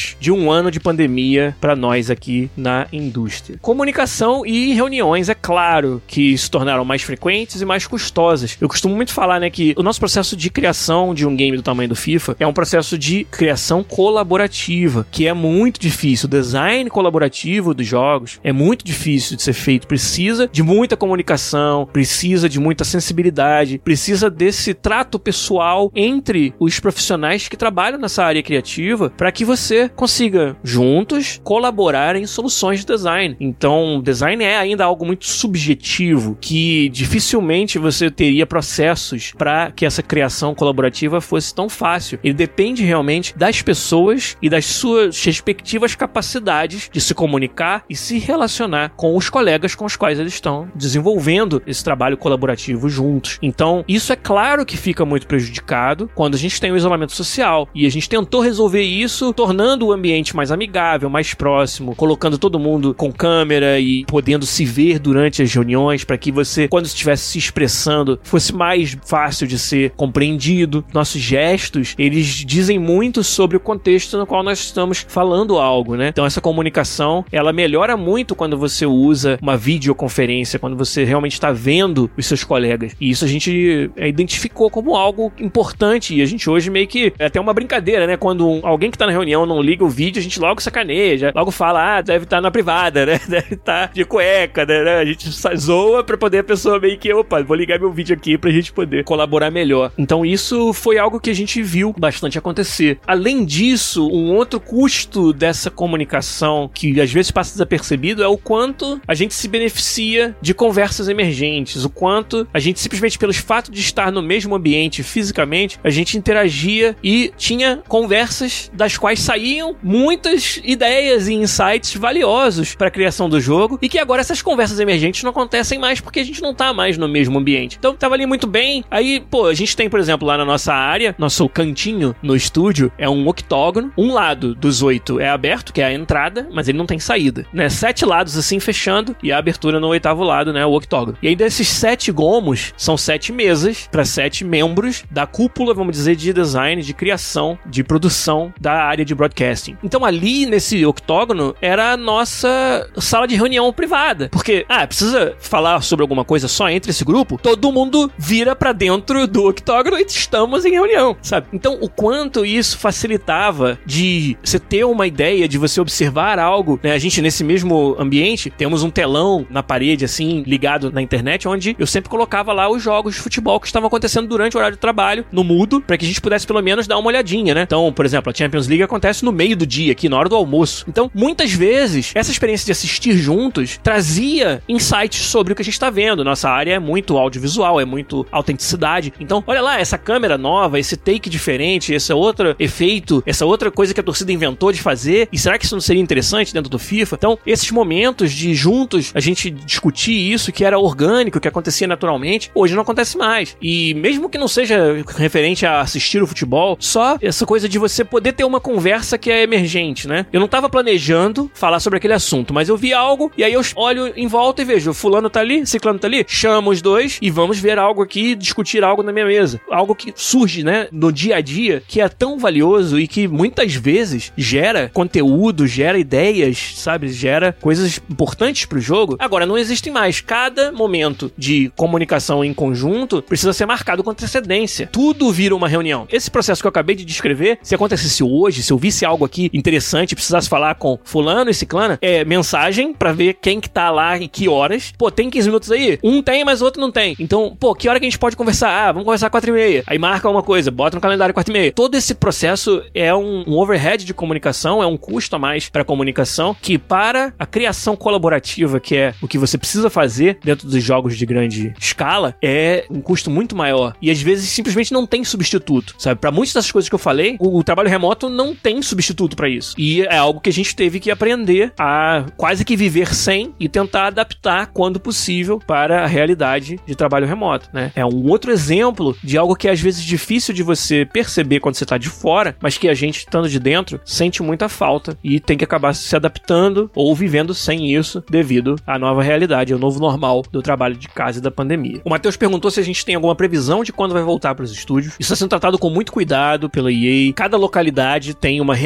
depois de um ano de pandemia para nós aqui na indústria. Comunicação e reuniões, é claro, que se tornaram mais frequentes e mais custosas. Eu costumo muito falar, né, que o nosso processo de criação de um game do tamanho do FIFA é um processo de criação colaborativa, que é muito difícil. O design colaborativo dos jogos é muito difícil de ser feito. Precisa de muita comunicação, precisa de muita sensibilidade, precisa desse trato pessoal entre os profissionais que trabalham nessa área criativa para que você consiga, juntos, colaborar em soluções de design. Então, design é ainda algo muito subjetivo, que dificilmente você teria processos para que essa criação colaborativa fosse tão fácil. Ele depende realmente das pessoas e das suas respectivas capacidades de se comunicar e se relacionar com os colegas com os quais eles estão desenvolvendo esse trabalho colaborativo juntos. Então, isso é claro que fica muito prejudicado quando a gente tem o isolamento social, e a gente tentou resolver isso tornando o ambiente mais amigável, mais próximo, colocando todo mundo com câmera e podendo se ver durante as reuniões para que você, quando estivesse se expressando, fosse mais fácil de ser compreendido. Nossos gestos, eles dizem muito sobre o contexto no qual nós estamos falando algo, né? Então essa comunicação, ela melhora muito quando você usa uma videoconferência, quando você realmente está vendo os seus colegas. E isso a gente é, identificou como algo importante, e a gente hoje meio que é até uma brincadeira, né? Quando um, alguém que tá na reunião não liga o vídeo, a gente logo sacaneia, já logo fala, ah, deve estar tá na privada, né? Deve estar tá de cueca, né? A gente zoa pra poder a pessoa meio que, opa, vou ligar meu vídeo aqui pra gente poder colaborar melhor. Então isso foi algo que a gente viu bastante acontecer. Além disso, um outro custo dessa comunicação que às vezes passa desapercebido é o quanto a gente se beneficia de conversas emergentes, o quanto a gente simplesmente pelo fato de estar no mesmo ambiente fisicamente, a gente interagia e tinha conversas das quais saíam muitas ideias e insights valiosos para a criação do jogo, e que agora essas conversas emergentes não acontecem mais porque a gente não tá mais no mesmo ambiente. Então tava ali muito bem. Aí, pô, a gente tem, por exemplo, lá na nossa área, nosso cantinho no estúdio é um octógono. Um lado dos oito é aberto, que é a entrada, mas ele não tem saída, né? Sete lados assim fechando e a abertura no oitavo lado, né? O octógono. E aí desses sete gomos, são sete mesas para sete membros da cúpula, vamos dizer, de design, de criação, de produção da área de broadcasting. Então ali nesse octógono era a nossa sala de reunião privada. Porque, ah, precisa falar sobre alguma coisa só entre esse grupo? Todo mundo vira pra dentro do octógono e estamos em reunião, sabe? Então o quanto isso facilitava de você ter uma ideia, de você observar algo, né? A gente nesse mesmo ambiente temos um telão na parede assim, ligado na internet, onde eu sempre colocava lá os jogos de futebol que estavam acontecendo durante o horário de trabalho, no mudo, para que a gente pudesse pelo menos dar uma olhadinha, né? Então, por exemplo, a Champions League acontece no meio do dia, aqui na hora do almoço. Então, muitas vezes, essa experiência de assistir juntos trazia insights sobre o que a gente tá vendo. Nossa área é muito audiovisual, é muito autenticidade. Então, olha lá, essa câmera nova, esse take diferente, esse outro efeito, essa outra coisa que a torcida inventou de fazer, e será que isso não seria interessante dentro do FIFA? Então, esses momentos de juntos a gente discutir isso, que era orgânico, que acontecia naturalmente, hoje não acontece mais. E mesmo que não seja referente a assistir o futebol, só essa coisa de você poder ter uma conversa que é emergente, né? Eu não tava planejando falar sobre aquele assunto, mas eu vi algo, e aí eu olho em volta e vejo, fulano tá ali, ciclano tá ali, chamo os dois e vamos ver algo aqui, discutir algo na minha mesa. Algo que surge, né, no dia a dia, que é tão valioso e que muitas vezes gera conteúdo, gera ideias, sabe? Gera coisas importantes pro jogo. Agora, não existem mais. Cada momento de comunicação em conjunto precisa ser marcado com antecedência. Tudo vira uma reunião. Esse processo que eu acabei de descrever, se acontecesse hoje, se eu visse algo aqui interessante, precisasse falar com fulano e ciclana, é mensagem pra ver quem que tá lá e que horas. Pô, tem quinze minutos aí? Um tem, mas o outro não tem. Então, pô, que hora que a gente pode conversar? Ah, vamos conversar quatro e meia. Aí marca uma coisa, bota no calendário quatro e meia. Todo esse processo é um, um overhead de comunicação, é um custo a mais pra comunicação, que para a criação colaborativa, que é o que você precisa fazer dentro dos jogos de grande escala, é um custo muito maior. E às vezes simplesmente não tem substituto, sabe? Pra muitas dessas coisas que eu falei, o, o trabalho remoto não tem substituto pra isso. E é algo que a gente teve que aprender a quase que viver sem e tentar adaptar quando possível para a realidade de trabalho remoto, né? É um outro exemplo de algo que é às vezes difícil de você perceber quando você tá de fora, mas que a gente, estando de dentro, sente muita falta e tem que acabar se adaptando ou vivendo sem isso devido à nova realidade, ao novo normal do trabalho de casa e da pandemia. O Matheus perguntou se a gente tem alguma previsão de quando vai voltar para os estúdios. Isso está sendo tratado com muito cuidado pela E A. Cada localidade tem uma realidade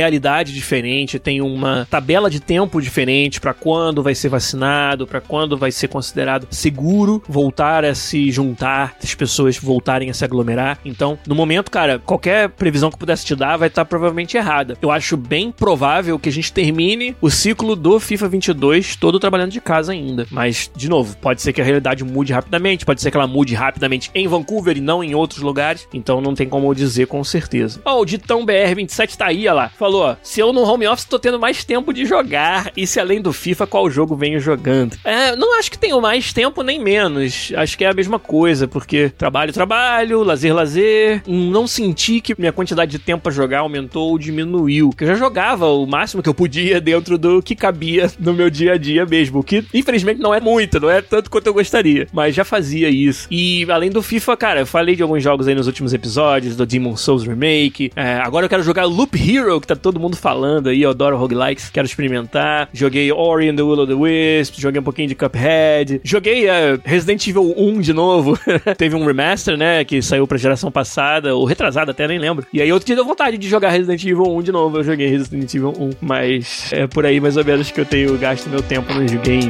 realidade diferente, tem uma tabela de tempo diferente para quando vai ser vacinado, para quando vai ser considerado seguro voltar a se juntar, as pessoas voltarem a se aglomerar. Então, no momento, cara, qualquer previsão que eu pudesse te dar vai estar provavelmente errada. Eu acho bem provável que a gente termine o ciclo do FIFA vinte e dois todo trabalhando de casa ainda. Mas, de novo, pode ser que a realidade mude rapidamente, pode ser que ela mude rapidamente em Vancouver e não em outros lugares. Então, não tem como eu dizer com certeza. Ó, oh, o Ditão B R vinte e sete tá aí, ó lá. Falou, ó, se eu no home office tô tendo mais tempo de jogar, e se além do FIFA, qual jogo venho jogando? É, não acho que tenho mais tempo nem menos. Acho que é a mesma coisa, porque trabalho, trabalho, lazer, lazer. Não senti que minha quantidade de tempo pra jogar aumentou ou diminuiu. Porque eu já jogava o máximo que eu podia dentro do que cabia no meu dia a dia mesmo. Que, infelizmente, não é muito, não é tanto quanto eu gostaria. Mas já fazia isso. E, além do FIFA, cara, eu falei de alguns jogos aí nos últimos episódios, do Demon's Souls Remake. É, agora eu quero jogar Loop Hero, que tá todo mundo falando aí. Eu adoro roguelikes, quero experimentar. Joguei Ori and the Will of the Wisps, joguei um pouquinho de Cuphead. Joguei uh, Resident Evil um de novo. Teve um remaster, né, que saiu pra geração passada, ou retrasada até, nem lembro. E aí eu tive vontade de jogar Resident Evil um de novo. Eu joguei Resident Evil um, mas é por aí mais ou menos que eu tenho gasto meu tempo nos games.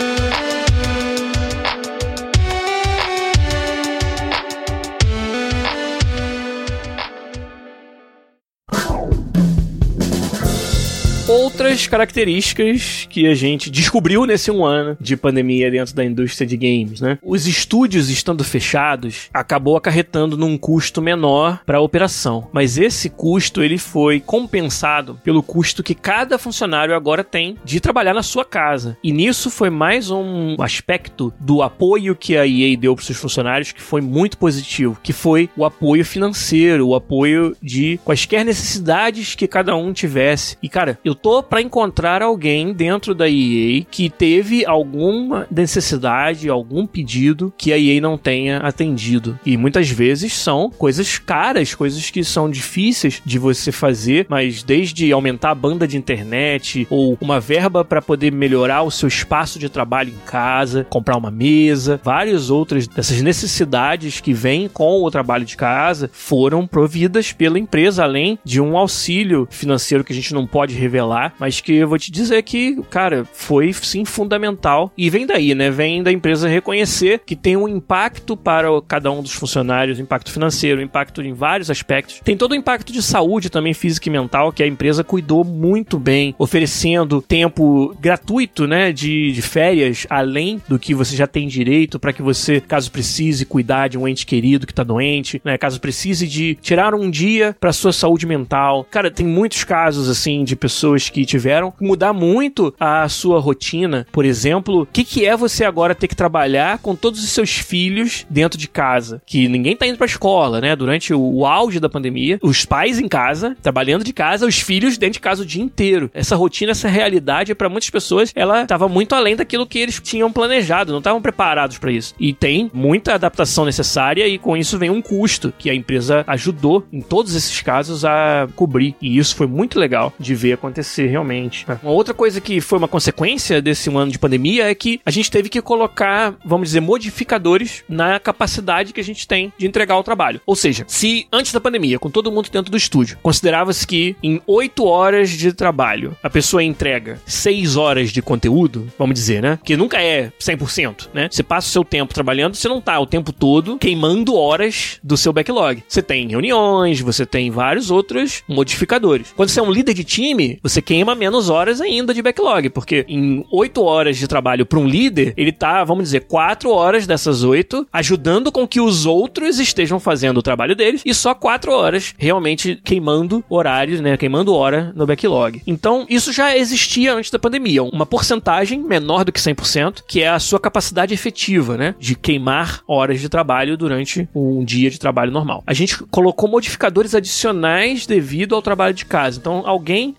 Outras características que a gente descobriu nesse um ano de pandemia dentro da indústria de games, né? Os estúdios estando fechados acabou acarretando num custo menor para a operação, mas esse custo ele foi compensado pelo custo que cada funcionário agora tem de trabalhar na sua casa. E nisso foi mais um aspecto do apoio que a E A deu para os seus funcionários que foi muito positivo, que foi o apoio financeiro, o apoio de quaisquer necessidades que cada um tivesse. E cara, eu tô para encontrar alguém dentro da E A que teve alguma necessidade, algum pedido que a E A não tenha atendido. E muitas vezes são coisas caras, coisas que são difíceis de você fazer, mas desde aumentar a banda de internet ou uma verba para poder melhorar o seu espaço de trabalho em casa, comprar uma mesa, várias outras dessas necessidades que vêm com o trabalho de casa foram providas pela empresa, além de um auxílio financeiro que a gente não pode revelar, mas que eu vou te dizer que, cara, foi sim fundamental. E vem daí, né? Vem da empresa reconhecer que tem um impacto para cada um dos funcionários, impacto financeiro, impacto em vários aspectos. Tem todo o impacto de saúde também, física e mental, que a empresa cuidou muito bem, oferecendo tempo gratuito, né? De, de férias, além do que você já tem direito, para que você, caso precise, cuidar de um ente querido que tá doente, né? Caso precise de tirar um dia para sua saúde mental. Cara, tem muitos casos, assim, de pessoas que tiveram que mudar muito a sua rotina. Por exemplo, o que, que é você agora ter que trabalhar com todos os seus filhos dentro de casa? Que ninguém tá indo pra escola, né? Durante o, o auge da pandemia, os pais em casa, trabalhando de casa, os filhos dentro de casa o dia inteiro. Essa rotina, essa realidade, pra muitas pessoas, ela tava muito além daquilo que eles tinham planejado, não estavam preparados pra isso. E tem muita adaptação necessária e com isso vem um custo que a empresa ajudou, em todos esses casos, a cobrir. E isso foi muito legal de ver acontecer realmente. Uma outra coisa que foi uma consequência desse um ano de pandemia é que a gente teve que colocar, vamos dizer, modificadores na capacidade que a gente tem de entregar o trabalho. Ou seja, se antes da pandemia, com todo mundo dentro do estúdio, considerava-se que em oito horas de trabalho a pessoa entrega seis horas de conteúdo, vamos dizer, né? Que nunca é cem por cento, né? Você passa o seu tempo trabalhando, você não tá o tempo todo queimando horas do seu backlog. Você tem reuniões, você tem vários outros modificadores. Quando você é um líder de time, você queima menos horas ainda de backlog, porque em oito horas de trabalho para um líder, ele tá, vamos dizer, quatro horas dessas oito ajudando com que os outros estejam fazendo o trabalho deles e só quatro horas realmente queimando horários, né, queimando hora no backlog. Então, isso já existia antes da pandemia, uma porcentagem menor do que cem por cento, que é a sua capacidade efetiva, né, de queimar horas de trabalho durante um dia de trabalho normal. A gente colocou modificadores adicionais devido ao trabalho de casa. Então, alguém que era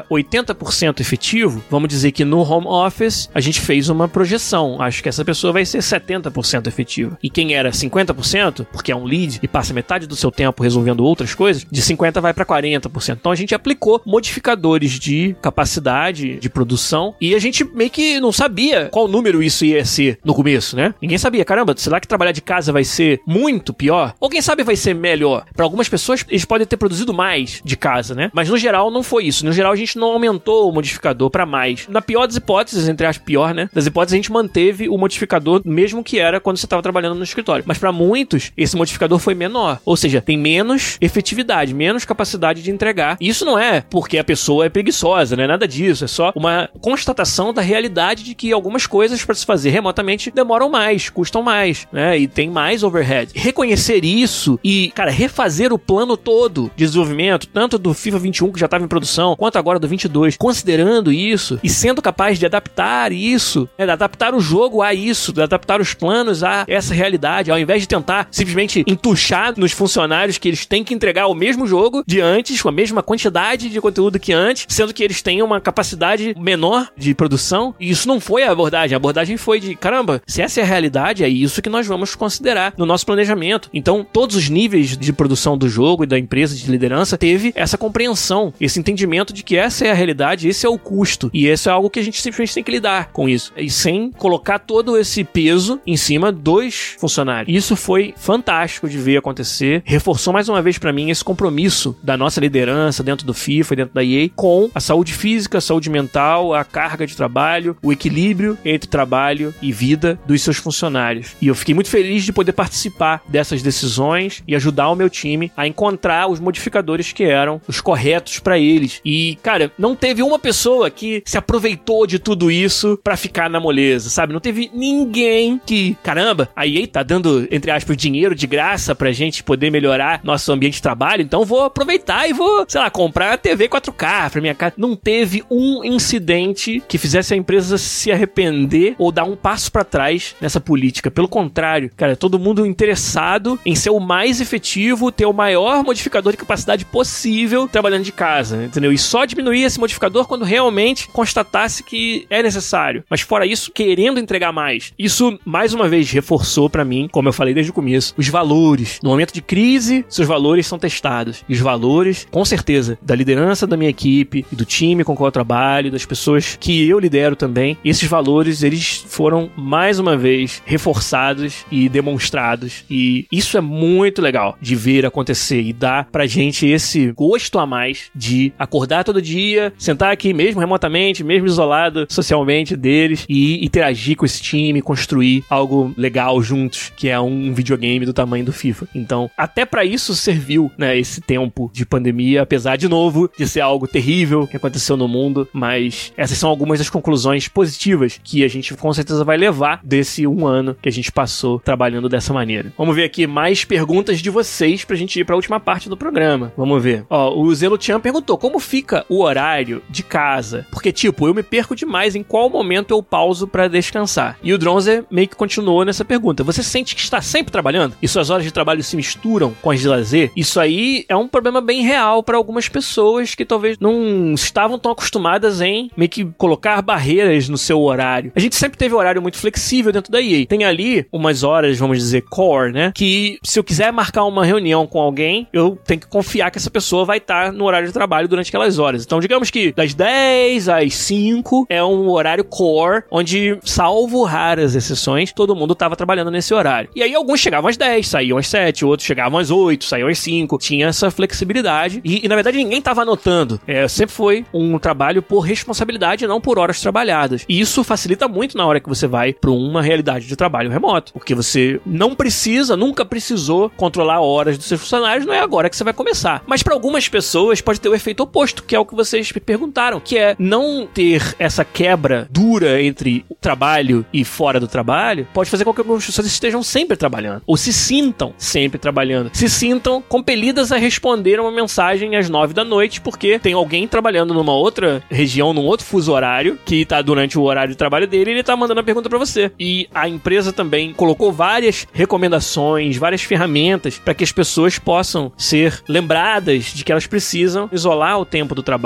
era oitenta por cento efetivo, vamos dizer que no home office a gente fez uma projeção. Acho que essa pessoa vai ser setenta por cento efetiva. E quem era cinquenta por cento, porque é um lead e passa metade do seu tempo resolvendo outras coisas, de cinquenta vai para quarenta por cento. Então a gente aplicou modificadores de capacidade de produção e a gente meio que não sabia qual número isso ia ser no começo, né? Ninguém sabia. Caramba, será que trabalhar de casa vai ser muito pior? Ou quem sabe vai ser melhor? Para algumas pessoas, eles podem ter produzido mais de casa, né? Mas no geral não foi isso. No geral a gente não aumentou o modificador para mais. Na pior das hipóteses, entre as pior, né? Das hipóteses a gente manteve o modificador mesmo que era quando você estava trabalhando no escritório. Mas para muitos, esse modificador foi menor. Ou seja, tem menos efetividade, menos capacidade de entregar. E isso não é porque a pessoa é preguiçosa, não é nada disso. É só uma constatação da realidade de que algumas coisas para se fazer remotamente demoram mais, custam mais, né? E tem mais overhead. Reconhecer isso e, cara, refazer o plano todo de desenvolvimento, tanto do FIFA vinte e um, que já estava em produção, quanto agora do vinte e dois, considerando isso e sendo capaz de adaptar isso, né? De adaptar o jogo a isso, de adaptar os planos a essa realidade, ao invés de tentar simplesmente entuchar nos funcionários que eles têm que entregar o mesmo jogo de antes, com a mesma quantidade de conteúdo que antes, sendo que eles têm uma capacidade menor de produção. E isso não foi a abordagem. A abordagem foi de, caramba, se essa é a realidade, é isso que nós vamos considerar no nosso planejamento. Então, todos os níveis de produção do jogo e da empresa de liderança teve essa compreensão, esse entendimento de que essa é a realidade, esse é o custo. E isso é algo que a gente simplesmente tem que lidar com isso. E sem colocar todo esse peso em cima dos funcionários. Isso foi fantástico de ver acontecer. Reforçou mais uma vez pra mim esse compromisso da nossa liderança dentro do FIFA e dentro da E A com a saúde física, a saúde mental, a carga de trabalho, o equilíbrio entre trabalho e vida dos seus funcionários. E eu fiquei muito feliz de poder participar dessas decisões e ajudar o meu time a encontrar os modificadores que eram os corretos pra eles. E, cara, não teve uma pessoa que se aproveitou de tudo isso pra ficar na moleza, sabe? Não teve ninguém que, caramba, a E A tá dando, entre aspas, dinheiro de graça pra gente poder melhorar nosso ambiente de trabalho, então vou aproveitar e vou, sei lá, comprar a T V quatro K pra minha casa. Não teve um incidente que fizesse a empresa se arrepender ou dar um passo pra trás nessa política. Pelo contrário, cara, todo mundo interessado em ser o mais efetivo, ter o maior modificador de capacidade possível trabalhando de casa, entendeu? E só diminuir esse modificador quando realmente constatasse que é necessário. Mas fora isso, querendo entregar mais. Isso, mais uma vez, reforçou pra mim, como eu falei desde o começo, os valores. No momento de crise, seus valores são testados. E os valores, com certeza, da liderança da minha equipe e do time com o qual eu trabalho, das pessoas que eu lidero também, esses valores, eles foram, mais uma vez, reforçados e demonstrados. E isso é muito legal de ver acontecer e dar pra gente esse gosto a mais de acordar todo dia, sentar aqui mesmo remotamente, mesmo isolado socialmente deles e interagir com esse time, construir algo legal juntos, que é um videogame do tamanho do FIFA. Então, até pra isso serviu, né, esse tempo de pandemia, apesar, de novo, de ser algo terrível que aconteceu no mundo, mas essas são algumas das conclusões positivas que a gente com certeza vai levar desse um ano que a gente passou trabalhando dessa maneira. Vamos ver aqui mais perguntas de vocês pra gente ir pra última parte do programa. Vamos ver. Ó, o Zelo Chan perguntou, como fica o horário de casa? Porque, tipo, eu me perco demais em qual momento eu pauso pra descansar. E o Dronzer meio que continuou nessa pergunta. Você sente que está sempre trabalhando? E suas horas de trabalho se misturam com as de lazer? Isso aí é um problema bem real para algumas pessoas que talvez não estavam tão acostumadas em meio que colocar barreiras no seu horário. A gente sempre teve um horário muito flexível dentro da E A. Tem ali umas horas, vamos dizer, core, né? Que se eu quiser marcar uma reunião com alguém, eu tenho que confiar que essa pessoa vai estar no horário de trabalho durante aquelas horas. Então, digamos que das dez às cinco é um horário core, onde, salvo raras exceções, todo mundo estava trabalhando nesse horário. E aí alguns chegavam às dez, saíam às sete, outros chegavam às oito, saíam às cinco. Tinha essa flexibilidade. E, e na verdade, ninguém estava anotando. É, sempre foi um trabalho por responsabilidade, não por horas trabalhadas. E isso facilita muito na hora que você vai para uma realidade de trabalho remoto. Porque você não precisa, nunca precisou controlar horas dos seus funcionários, não é agora que você vai começar. Mas para algumas pessoas pode ter o efeito oposto, que é o que vocês me perguntaram, que é não ter essa quebra dura entre o trabalho e fora do trabalho, pode fazer com que algumas pessoas estejam sempre trabalhando, ou se sintam sempre trabalhando, se sintam compelidas a responder uma mensagem às nove da noite, porque tem alguém trabalhando numa outra região, num outro fuso horário, que tá durante o horário de trabalho dele, e ele tá mandando a pergunta pra você. E a empresa também colocou várias recomendações, várias ferramentas para que as pessoas possam ser lembradas de que elas precisam isolar o tempo do trabalho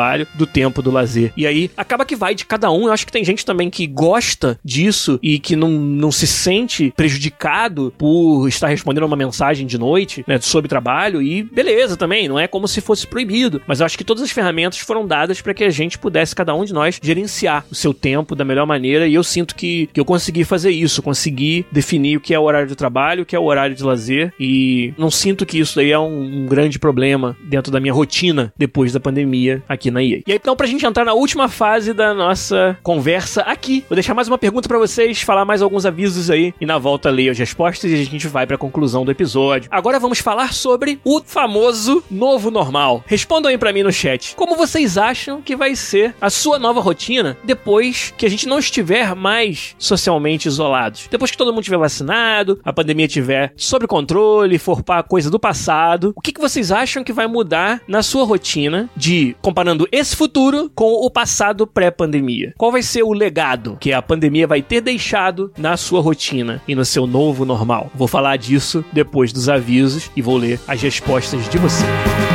trabalho, do tempo do lazer. E aí, acaba que vai de cada um. Eu acho que tem gente também que gosta disso e que não, não se sente prejudicado por estar respondendo uma mensagem de noite, né, sobre trabalho, e beleza também, não é como se fosse proibido, mas eu acho que todas as ferramentas foram dadas para que a gente pudesse, cada um de nós, gerenciar o seu tempo da melhor maneira, e eu sinto que, que eu consegui fazer isso, consegui definir o que é o horário de trabalho, o que é o horário de lazer, e não sinto que isso daí é um, um grande problema dentro da minha rotina depois da pandemia aqui na E A. E aí, então, pra gente entrar na última fase da nossa conversa aqui, vou deixar mais uma pergunta pra vocês, falar mais alguns avisos aí, e na volta leio as respostas e a gente vai pra conclusão do episódio. Agora vamos falar sobre o famoso novo normal. Respondam aí pra mim no chat. Como vocês acham que vai ser a sua nova rotina depois que a gente não estiver mais socialmente isolados? Depois que todo mundo estiver vacinado, a pandemia estiver sob controle, for para coisa do passado, o que, que vocês acham que vai mudar na sua rotina de comparando esse futuro com o passado pré-pandemia? Qual vai ser o legado que a pandemia vai ter deixado na sua rotina e no seu novo normal? Vou falar disso depois dos avisos e vou ler as respostas de vocês.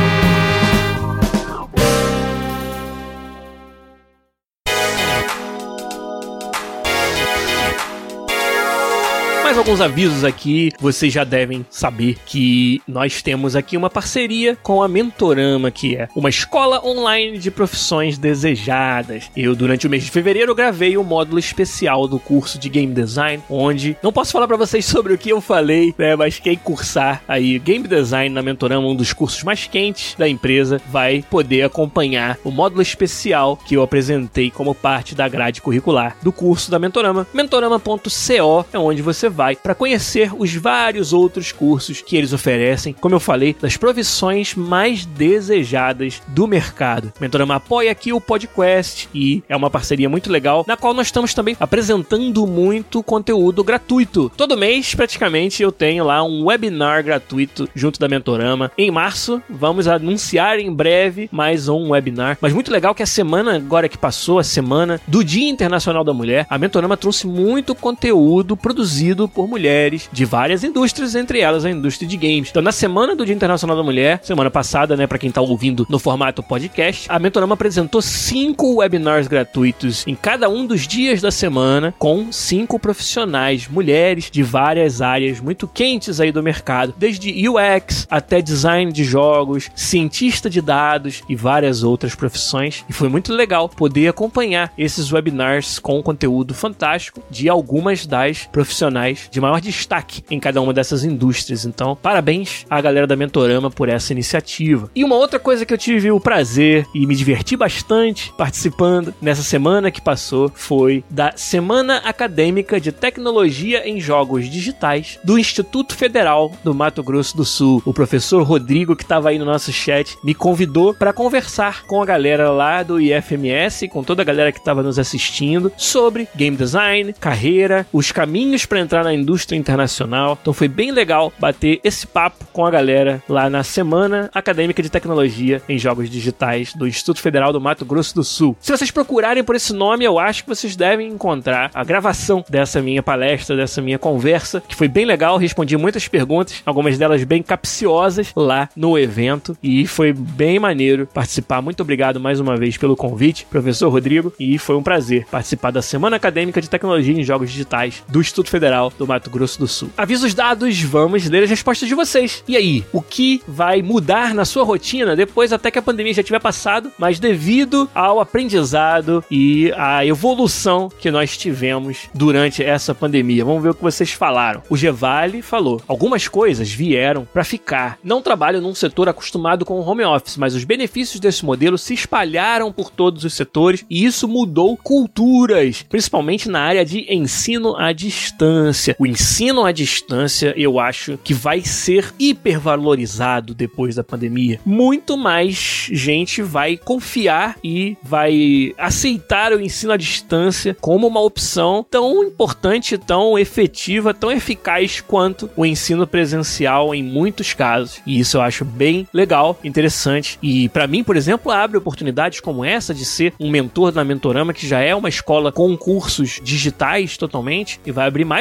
Mais alguns avisos aqui, vocês já devem saber que nós temos aqui uma parceria com a Mentorama, que é uma escola online de profissões desejadas. Eu, durante o mês de fevereiro, gravei um módulo especial do curso de Game Design, onde não posso falar pra vocês sobre o que eu falei, né, mas quem cursar aí Game Design na Mentorama, um dos cursos mais quentes da empresa, vai poder acompanhar o módulo especial que eu apresentei como parte da grade curricular do curso da Mentorama. mentorama ponto co é onde você vai para conhecer os vários outros cursos que eles oferecem, como eu falei, das profissões mais desejadas do mercado. O Mentorama apoia aqui o podcast e é uma parceria muito legal, na qual nós estamos também apresentando muito conteúdo gratuito. Todo mês, praticamente, eu tenho lá um webinar gratuito junto da Mentorama. Em março, vamos anunciar em breve mais um webinar, mas muito legal que a semana agora que passou, a semana do Dia Internacional da Mulher, a Mentorama trouxe muito conteúdo produzido por mulheres de várias indústrias, entre elas a indústria de games. Então, na semana do Dia Internacional da Mulher, semana passada, né, pra quem tá ouvindo no formato podcast, a Mentorama apresentou cinco webinars gratuitos em cada um dos dias da semana, com cinco profissionais, mulheres de várias áreas muito quentes aí do mercado, desde U X até design de jogos, cientista de dados e várias outras profissões. E foi muito legal poder acompanhar esses webinars com conteúdo fantástico de algumas das profissionais de maior destaque em cada uma dessas indústrias. Então, parabéns à galera da Mentorama por essa iniciativa. E uma outra coisa que eu tive o prazer e me diverti bastante participando nessa semana que passou foi da Semana Acadêmica de Tecnologia em Jogos Digitais do Instituto Federal do Mato Grosso do Sul. O professor Rodrigo, que estava aí no nosso chat, me convidou para conversar com a galera lá do I F M S, com toda a galera que estava nos assistindo, sobre game design, carreira, os caminhos para entrar na indústria internacional. Então foi bem legal bater esse papo com a galera lá na Semana Acadêmica de Tecnologia em Jogos Digitais do Instituto Federal do Mato Grosso do Sul. Se vocês procurarem por esse nome, eu acho que vocês devem encontrar a gravação dessa minha palestra, dessa minha conversa, que foi bem legal, respondi muitas perguntas, algumas delas bem capciosas lá no evento, e foi bem maneiro participar. Muito obrigado mais uma vez pelo convite, professor Rodrigo, e foi um prazer participar da Semana Acadêmica de Tecnologia em Jogos Digitais do Instituto Federal do Mato Grosso do Sul. Avisos dados, vamos ler as respostas de vocês. E aí, o que vai mudar na sua rotina depois até que a pandemia já tiver passado, mas devido ao aprendizado e à evolução que nós tivemos durante essa pandemia? Vamos ver o que vocês falaram. O Gevali falou: algumas coisas vieram para ficar. Não trabalho num setor acostumado com o home office, mas os benefícios desse modelo se espalharam por todos os setores e isso mudou culturas, principalmente na área de ensino à distância. O ensino à distância, eu acho que vai ser hipervalorizado depois da pandemia. Muito mais gente vai confiar e vai aceitar o ensino à distância como uma opção tão importante, tão efetiva, tão eficaz quanto o ensino presencial em muitos casos. E isso eu acho bem legal, interessante. E para mim, por exemplo, abre oportunidades como essa de ser um mentor na Mentorama, que já é uma escola com cursos digitais totalmente, e vai abrir mais oportunidades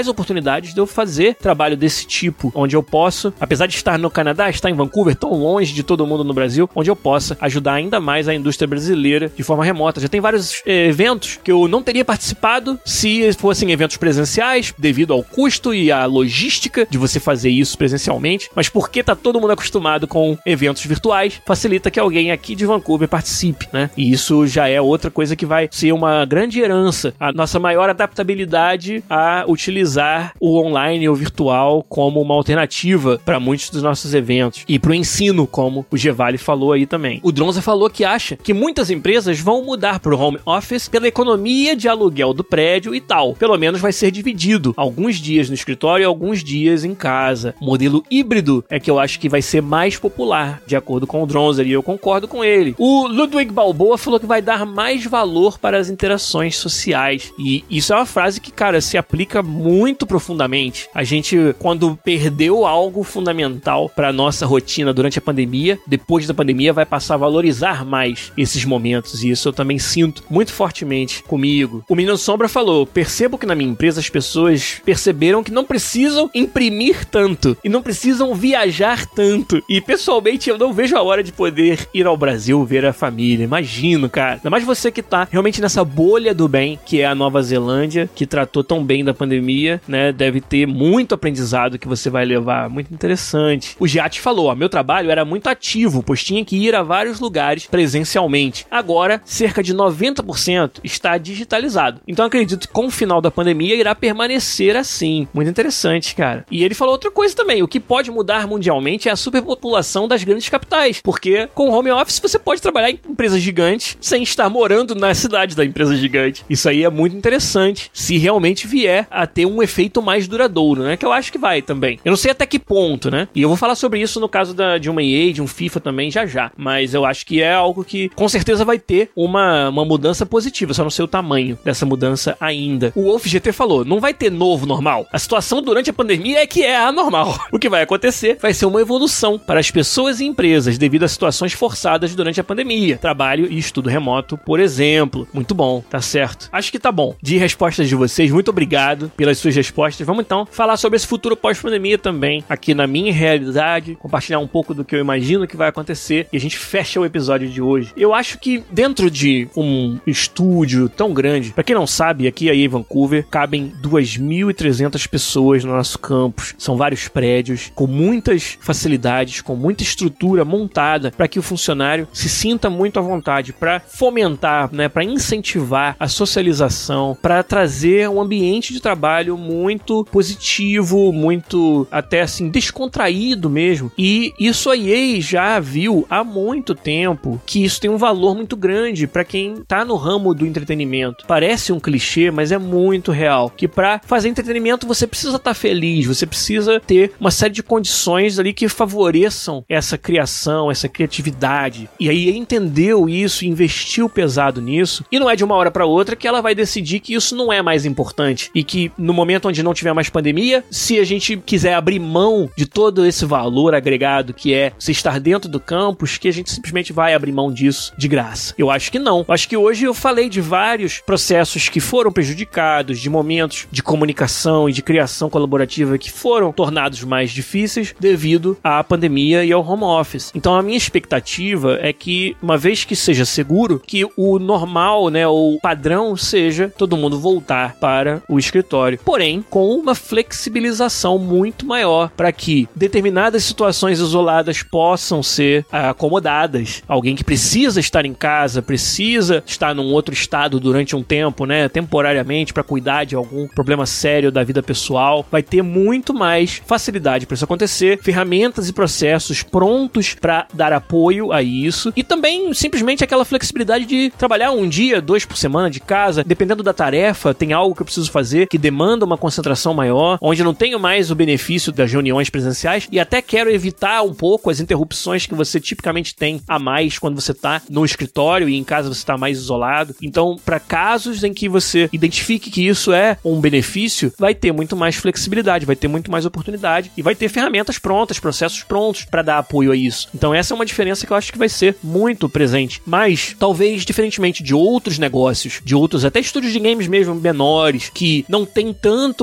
oportunidades de eu fazer trabalho desse tipo, onde eu posso, apesar de estar no Canadá, estar em Vancouver, tão longe de todo mundo no Brasil, onde eu possa ajudar ainda mais a indústria brasileira de forma remota. Já tem vários eh, eventos que eu não teria participado se fossem eventos presenciais, devido ao custo e à logística de você fazer isso presencialmente, mas porque tá todo mundo acostumado com eventos virtuais, facilita que alguém aqui de Vancouver participe, né? E isso já é outra coisa que vai ser uma grande herança, a nossa maior adaptabilidade a utilizar o online ou virtual como uma alternativa para muitos dos nossos eventos e para o ensino, como o Gevali falou aí também. O Dronza falou que acha que muitas empresas vão mudar para o home office pela economia de aluguel do prédio e tal. Pelo menos vai ser dividido, alguns dias no escritório e alguns dias em casa. O modelo híbrido é que eu acho que vai ser mais popular, de acordo com o Dronza, e eu concordo com ele. O Ludwig Balboa falou que vai dar mais valor para as interações sociais, e isso é uma frase que, cara, se aplica muito profundamente. A gente, quando perdeu algo fundamental para nossa rotina durante a pandemia, depois da pandemia vai passar a valorizar mais esses momentos, e isso eu também sinto muito fortemente comigo. O Menino Sombra falou: percebo que na minha empresa as pessoas perceberam que não precisam imprimir tanto e não precisam viajar tanto, e pessoalmente eu não vejo a hora de poder ir ao Brasil ver a família. Imagino, cara, ainda mais você que tá realmente nessa bolha do bem que é a Nova Zelândia, que tratou tão bem da pandemia, né? Deve ter muito aprendizado que você vai levar, muito interessante. O Giatti falou: ó, meu trabalho era muito ativo, pois tinha que ir a vários lugares presencialmente. Agora, cerca de noventa por cento está digitalizado. Então acredito que com o final da pandemia irá permanecer assim. Muito interessante, cara. E ele falou outra coisa também: o que pode mudar mundialmente é a superpopulação das grandes capitais, porque com home office você pode trabalhar em empresas gigantes sem estar morando na cidade da empresa gigante. Isso aí é muito interessante, se realmente vier a ter um efeito mais duradouro, né? Que eu acho que vai também. Eu não sei até que ponto, né? E eu vou falar sobre isso no caso da, de uma E A, de um FIFA também, já já. Mas eu acho que é algo que com certeza vai ter uma, uma mudança positiva, só não sei o tamanho dessa mudança ainda. O Wolf G T falou: não vai ter novo normal. A situação durante a pandemia é que é anormal. O que vai acontecer vai ser uma evolução para as pessoas e empresas devido a situações forçadas durante a pandemia. Trabalho e estudo remoto, por exemplo. Muito bom, tá certo. Acho que tá bom. De respostas de vocês, muito obrigado pelas suas respostas. Vamos então falar sobre esse futuro pós-pandemia também, aqui na minha realidade, compartilhar um pouco do que eu imagino que vai acontecer, e a gente fecha o episódio de hoje. Eu acho que dentro de um estúdio tão grande, pra quem não sabe, aqui aí em Vancouver, cabem duas mil e trezentas pessoas no nosso campus. São vários prédios, com muitas facilidades, com muita estrutura montada para que o funcionário se sinta muito à vontade, para fomentar, né, para incentivar a socialização, para trazer um ambiente de trabalho muito positivo, muito até assim descontraído mesmo. E isso a E A já viu há muito tempo que isso tem um valor muito grande para quem tá no ramo do entretenimento. Parece um clichê, mas é muito real, que para fazer entretenimento você precisa estar feliz, você precisa ter uma série de condições ali que favoreçam essa criação, essa criatividade. E aí entendeu isso, investiu pesado nisso, e não é de uma hora para outra que ela vai decidir que isso não é mais importante, e que no momento onde não tiver mais pandemia, se a gente quiser abrir mão de todo esse valor agregado que é você estar dentro do campus, que a gente simplesmente vai abrir mão disso de graça. Eu acho que não. Eu acho que hoje eu falei de vários processos que foram prejudicados, de momentos de comunicação e de criação colaborativa que foram tornados mais difíceis devido à pandemia e ao home office. Então a minha expectativa é que, uma vez que seja seguro, que o normal, né, o padrão seja todo mundo voltar para o escritório. Porém, com uma flexibilização muito maior para que determinadas situações isoladas possam ser acomodadas. Alguém que precisa estar em casa, precisa estar num outro estado durante um tempo, né, temporariamente, para cuidar de algum problema sério da vida pessoal, vai ter muito mais facilidade para isso acontecer, ferramentas e processos prontos para dar apoio a isso, e também simplesmente aquela flexibilidade de trabalhar um dia, dois por semana de casa, dependendo da tarefa, tem algo que eu preciso fazer que demanda uma concentração maior, onde eu não tenho mais o benefício das reuniões presenciais, e até quero evitar um pouco as interrupções que você tipicamente tem a mais quando você está no escritório e em casa você está mais isolado. Então, para casos em que você identifique que isso é um benefício, vai ter muito mais flexibilidade, vai ter muito mais oportunidade e vai ter ferramentas prontas, processos prontos para dar apoio a isso. Então essa é uma diferença que eu acho que vai ser muito presente. Mas, talvez, diferentemente de outros negócios, de outros até estúdios de games mesmo menores, que não tem tanto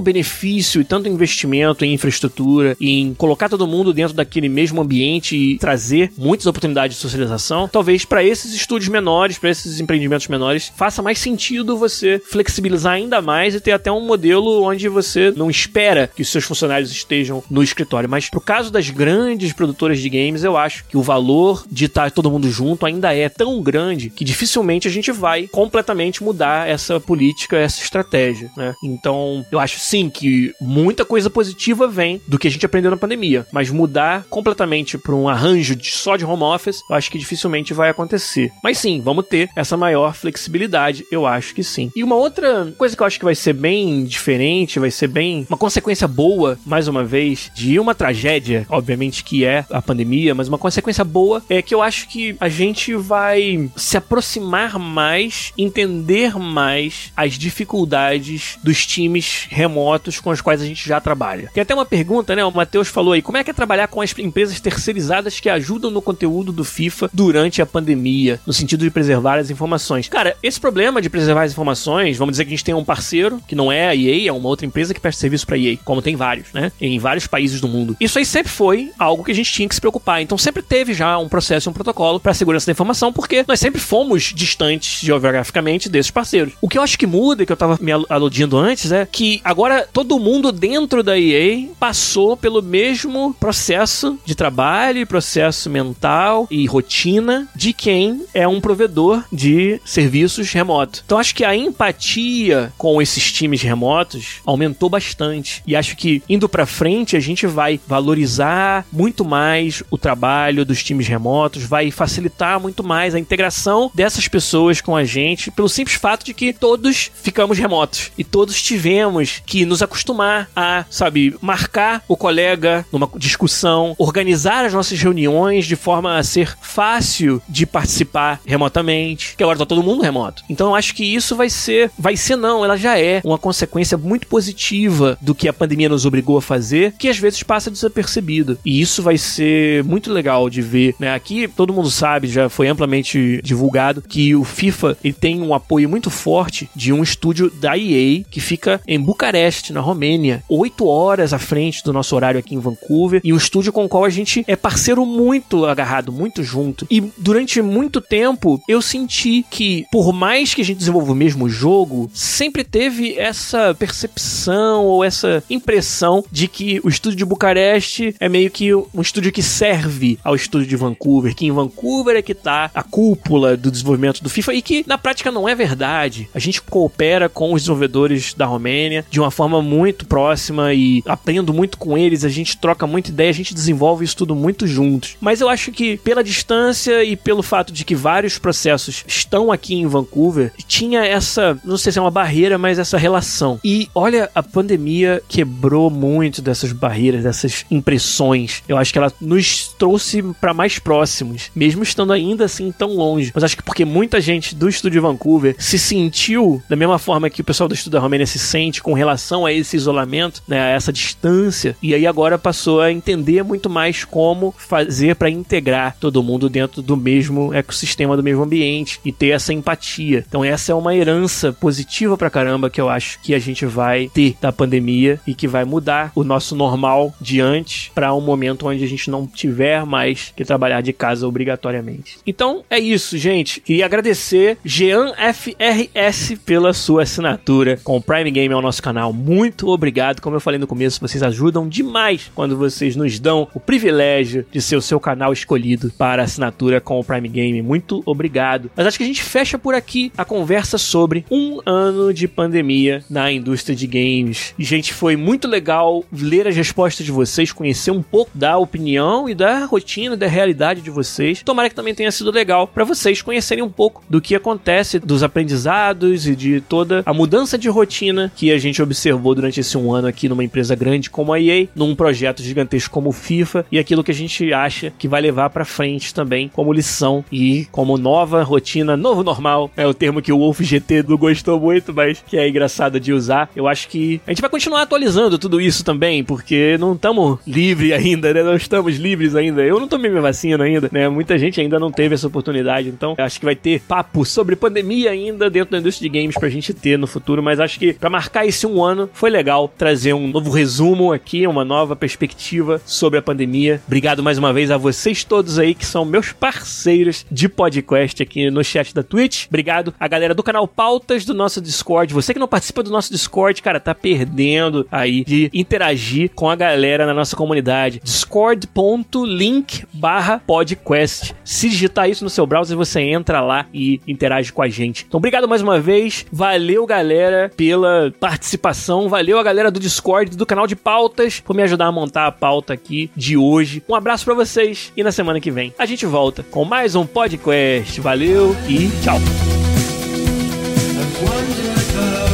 benefício e tanto investimento em infraestrutura, em colocar todo mundo dentro daquele mesmo ambiente e trazer muitas oportunidades de socialização, talvez para esses estúdios menores, para esses empreendimentos menores, faça mais sentido você flexibilizar ainda mais e ter até um modelo onde você não espera que os seus funcionários estejam no escritório. Mas pro caso das grandes produtoras de games, eu acho que o valor de estar todo mundo junto ainda é tão grande que dificilmente a gente vai completamente mudar essa política, essa estratégia, né? Então, eu acho sim que muita coisa positiva vem do que a gente aprendeu na pandemia, mas mudar completamente para um arranjo de, só de home office, eu acho que dificilmente vai acontecer. Mas sim, vamos ter essa maior flexibilidade, eu acho que sim. E uma outra coisa que eu acho que vai ser bem diferente, vai ser bem uma consequência boa, mais uma vez, de uma tragédia, obviamente que é a pandemia, mas uma consequência boa é que eu acho que a gente vai se aproximar mais, entender mais as dificuldades dos times remotos com os quais a gente já trabalha. Tem até uma pergunta, né? O Matheus falou aí, como é que é trabalhar com as empresas terceirizadas que ajudam no conteúdo do FIFA durante a pandemia, no sentido de preservar as informações? Cara, esse problema de preservar as informações, vamos dizer que a gente tem um parceiro, que não é a E A, é uma outra empresa que presta serviço pra E A, como tem vários, né? Em vários países do mundo. Isso aí sempre foi algo que a gente tinha que se preocupar. Então sempre teve já um processo, um protocolo pra segurança da informação, porque nós sempre fomos distantes geograficamente desses parceiros. O que eu acho que muda, que eu tava me aludindo antes, é que agora todo mundo dentro da E A passou pelo mesmo processo de trabalho, processo mental e rotina de quem é um provedor de serviços remotos. Então acho que a empatia com esses times remotos aumentou bastante. E acho que indo pra frente a gente vai valorizar muito mais o trabalho dos times remotos, vai facilitar muito mais a integração dessas pessoas com a gente, pelo simples fato de que todos ficamos remotos e todos tivemos que nos acostumar a, sabe, marcar o colega numa discussão, organizar as nossas reuniões de forma a ser fácil de participar remotamente, que agora tá todo mundo remoto. Então eu acho que isso vai ser, vai ser não, ela já é uma consequência muito positiva do que a pandemia nos obrigou a fazer, que às vezes passa desapercebido. E isso vai ser muito legal de ver, né? Aqui todo mundo sabe, já foi amplamente divulgado, que o FIFA ele tem um apoio muito forte de um estúdio da E A que fica em Bucareste, na Romênia, oito horas à frente do nosso horário aqui em Vancouver, e um estúdio com o qual a gente é parceiro muito agarrado, muito junto. E durante muito tempo eu senti que, por mais que a gente desenvolva o mesmo jogo, sempre teve essa percepção ou essa impressão de que o estúdio de Bucareste é meio que um estúdio que serve ao estúdio de Vancouver, que em Vancouver é que tá a cúpula do desenvolvimento do FIFA, e que na prática não é verdade. A gente coopera com os desenvolvedores da Romênia de uma forma muito próxima e aprendo muito com eles, a gente troca muita ideia, a gente desenvolve isso tudo muito juntos. Mas eu acho que pela distância e pelo fato de que vários processos estão aqui em Vancouver, tinha essa, não sei se é uma barreira, mas essa relação. E olha, a pandemia quebrou muito dessas barreiras, dessas impressões. Eu acho que ela nos trouxe para mais próximos, mesmo estando ainda assim tão longe. Mas acho que porque muita gente do estúdio de Vancouver se sentiu da mesma forma que o pessoal do estúdio da Romênia se sente com relação a esse isolamento, né, a essa distância, e aí agora passou a entender muito mais como fazer para integrar todo mundo dentro do mesmo ecossistema, do mesmo ambiente, e ter essa empatia. Então essa é uma herança positiva pra caramba que eu acho que a gente vai ter da pandemia e que vai mudar o nosso normal de antes para um momento onde a gente não tiver mais que trabalhar de casa obrigatoriamente. Então é isso, gente. Queria agradecer Jean F R S pela sua assinatura com o Prime Game ao nosso canal. Muito obrigado. Como eu falei no começo, vocês ajudam demais quando vocês nos dão o privilégio de ser o seu canal escolhido para assinatura com o Prime Game. Muito obrigado. Mas acho que a gente fecha por aqui a conversa sobre um ano de pandemia na indústria de games. E, gente, foi muito legal ler as respostas de vocês, conhecer um pouco da opinião e da rotina, da realidade de vocês. Tomara que também tenha sido legal para vocês conhecerem um pouco do que acontece, dos aprendizados e de toda a mudança de rotina que a gente observou durante esse um ano aqui numa empresa grande como a E A, num projeto gigantesco como o FIFA, e aquilo que a gente acha que vai levar para frente também como lição e como nova rotina, novo normal, é o termo que o Wolf G T não gostou muito, mas que é engraçado de usar. Eu acho que a gente vai continuar atualizando tudo isso também, porque não estamos livres ainda, né? Não estamos livres ainda. Eu não tomei minha vacina ainda, né? Muita gente ainda não teve essa oportunidade, então acho que vai ter papo sobre pandemia ainda dentro da indústria de games pra gente ter no futuro, mas acho que pra marcar esse um ano ano. Foi legal trazer um novo resumo aqui, uma nova perspectiva sobre a pandemia. Obrigado mais uma vez a vocês todos aí que são meus parceiros de podcast aqui no chat da Twitch. Obrigado a galera do canal Pautas do nosso Discord. Você que não participa do nosso Discord, cara, tá perdendo aí de interagir com a galera na nossa comunidade. discord.link barra podcast. Se digitar isso no seu browser, você entra lá e interage com a gente. Então, obrigado mais uma vez. Valeu, galera, pela participação. Valeu a galera do Discord, do canal de pautas, por me ajudar a montar a pauta aqui de hoje. Um abraço pra vocês e na semana que vem a gente volta com mais um podcast. Valeu e tchau.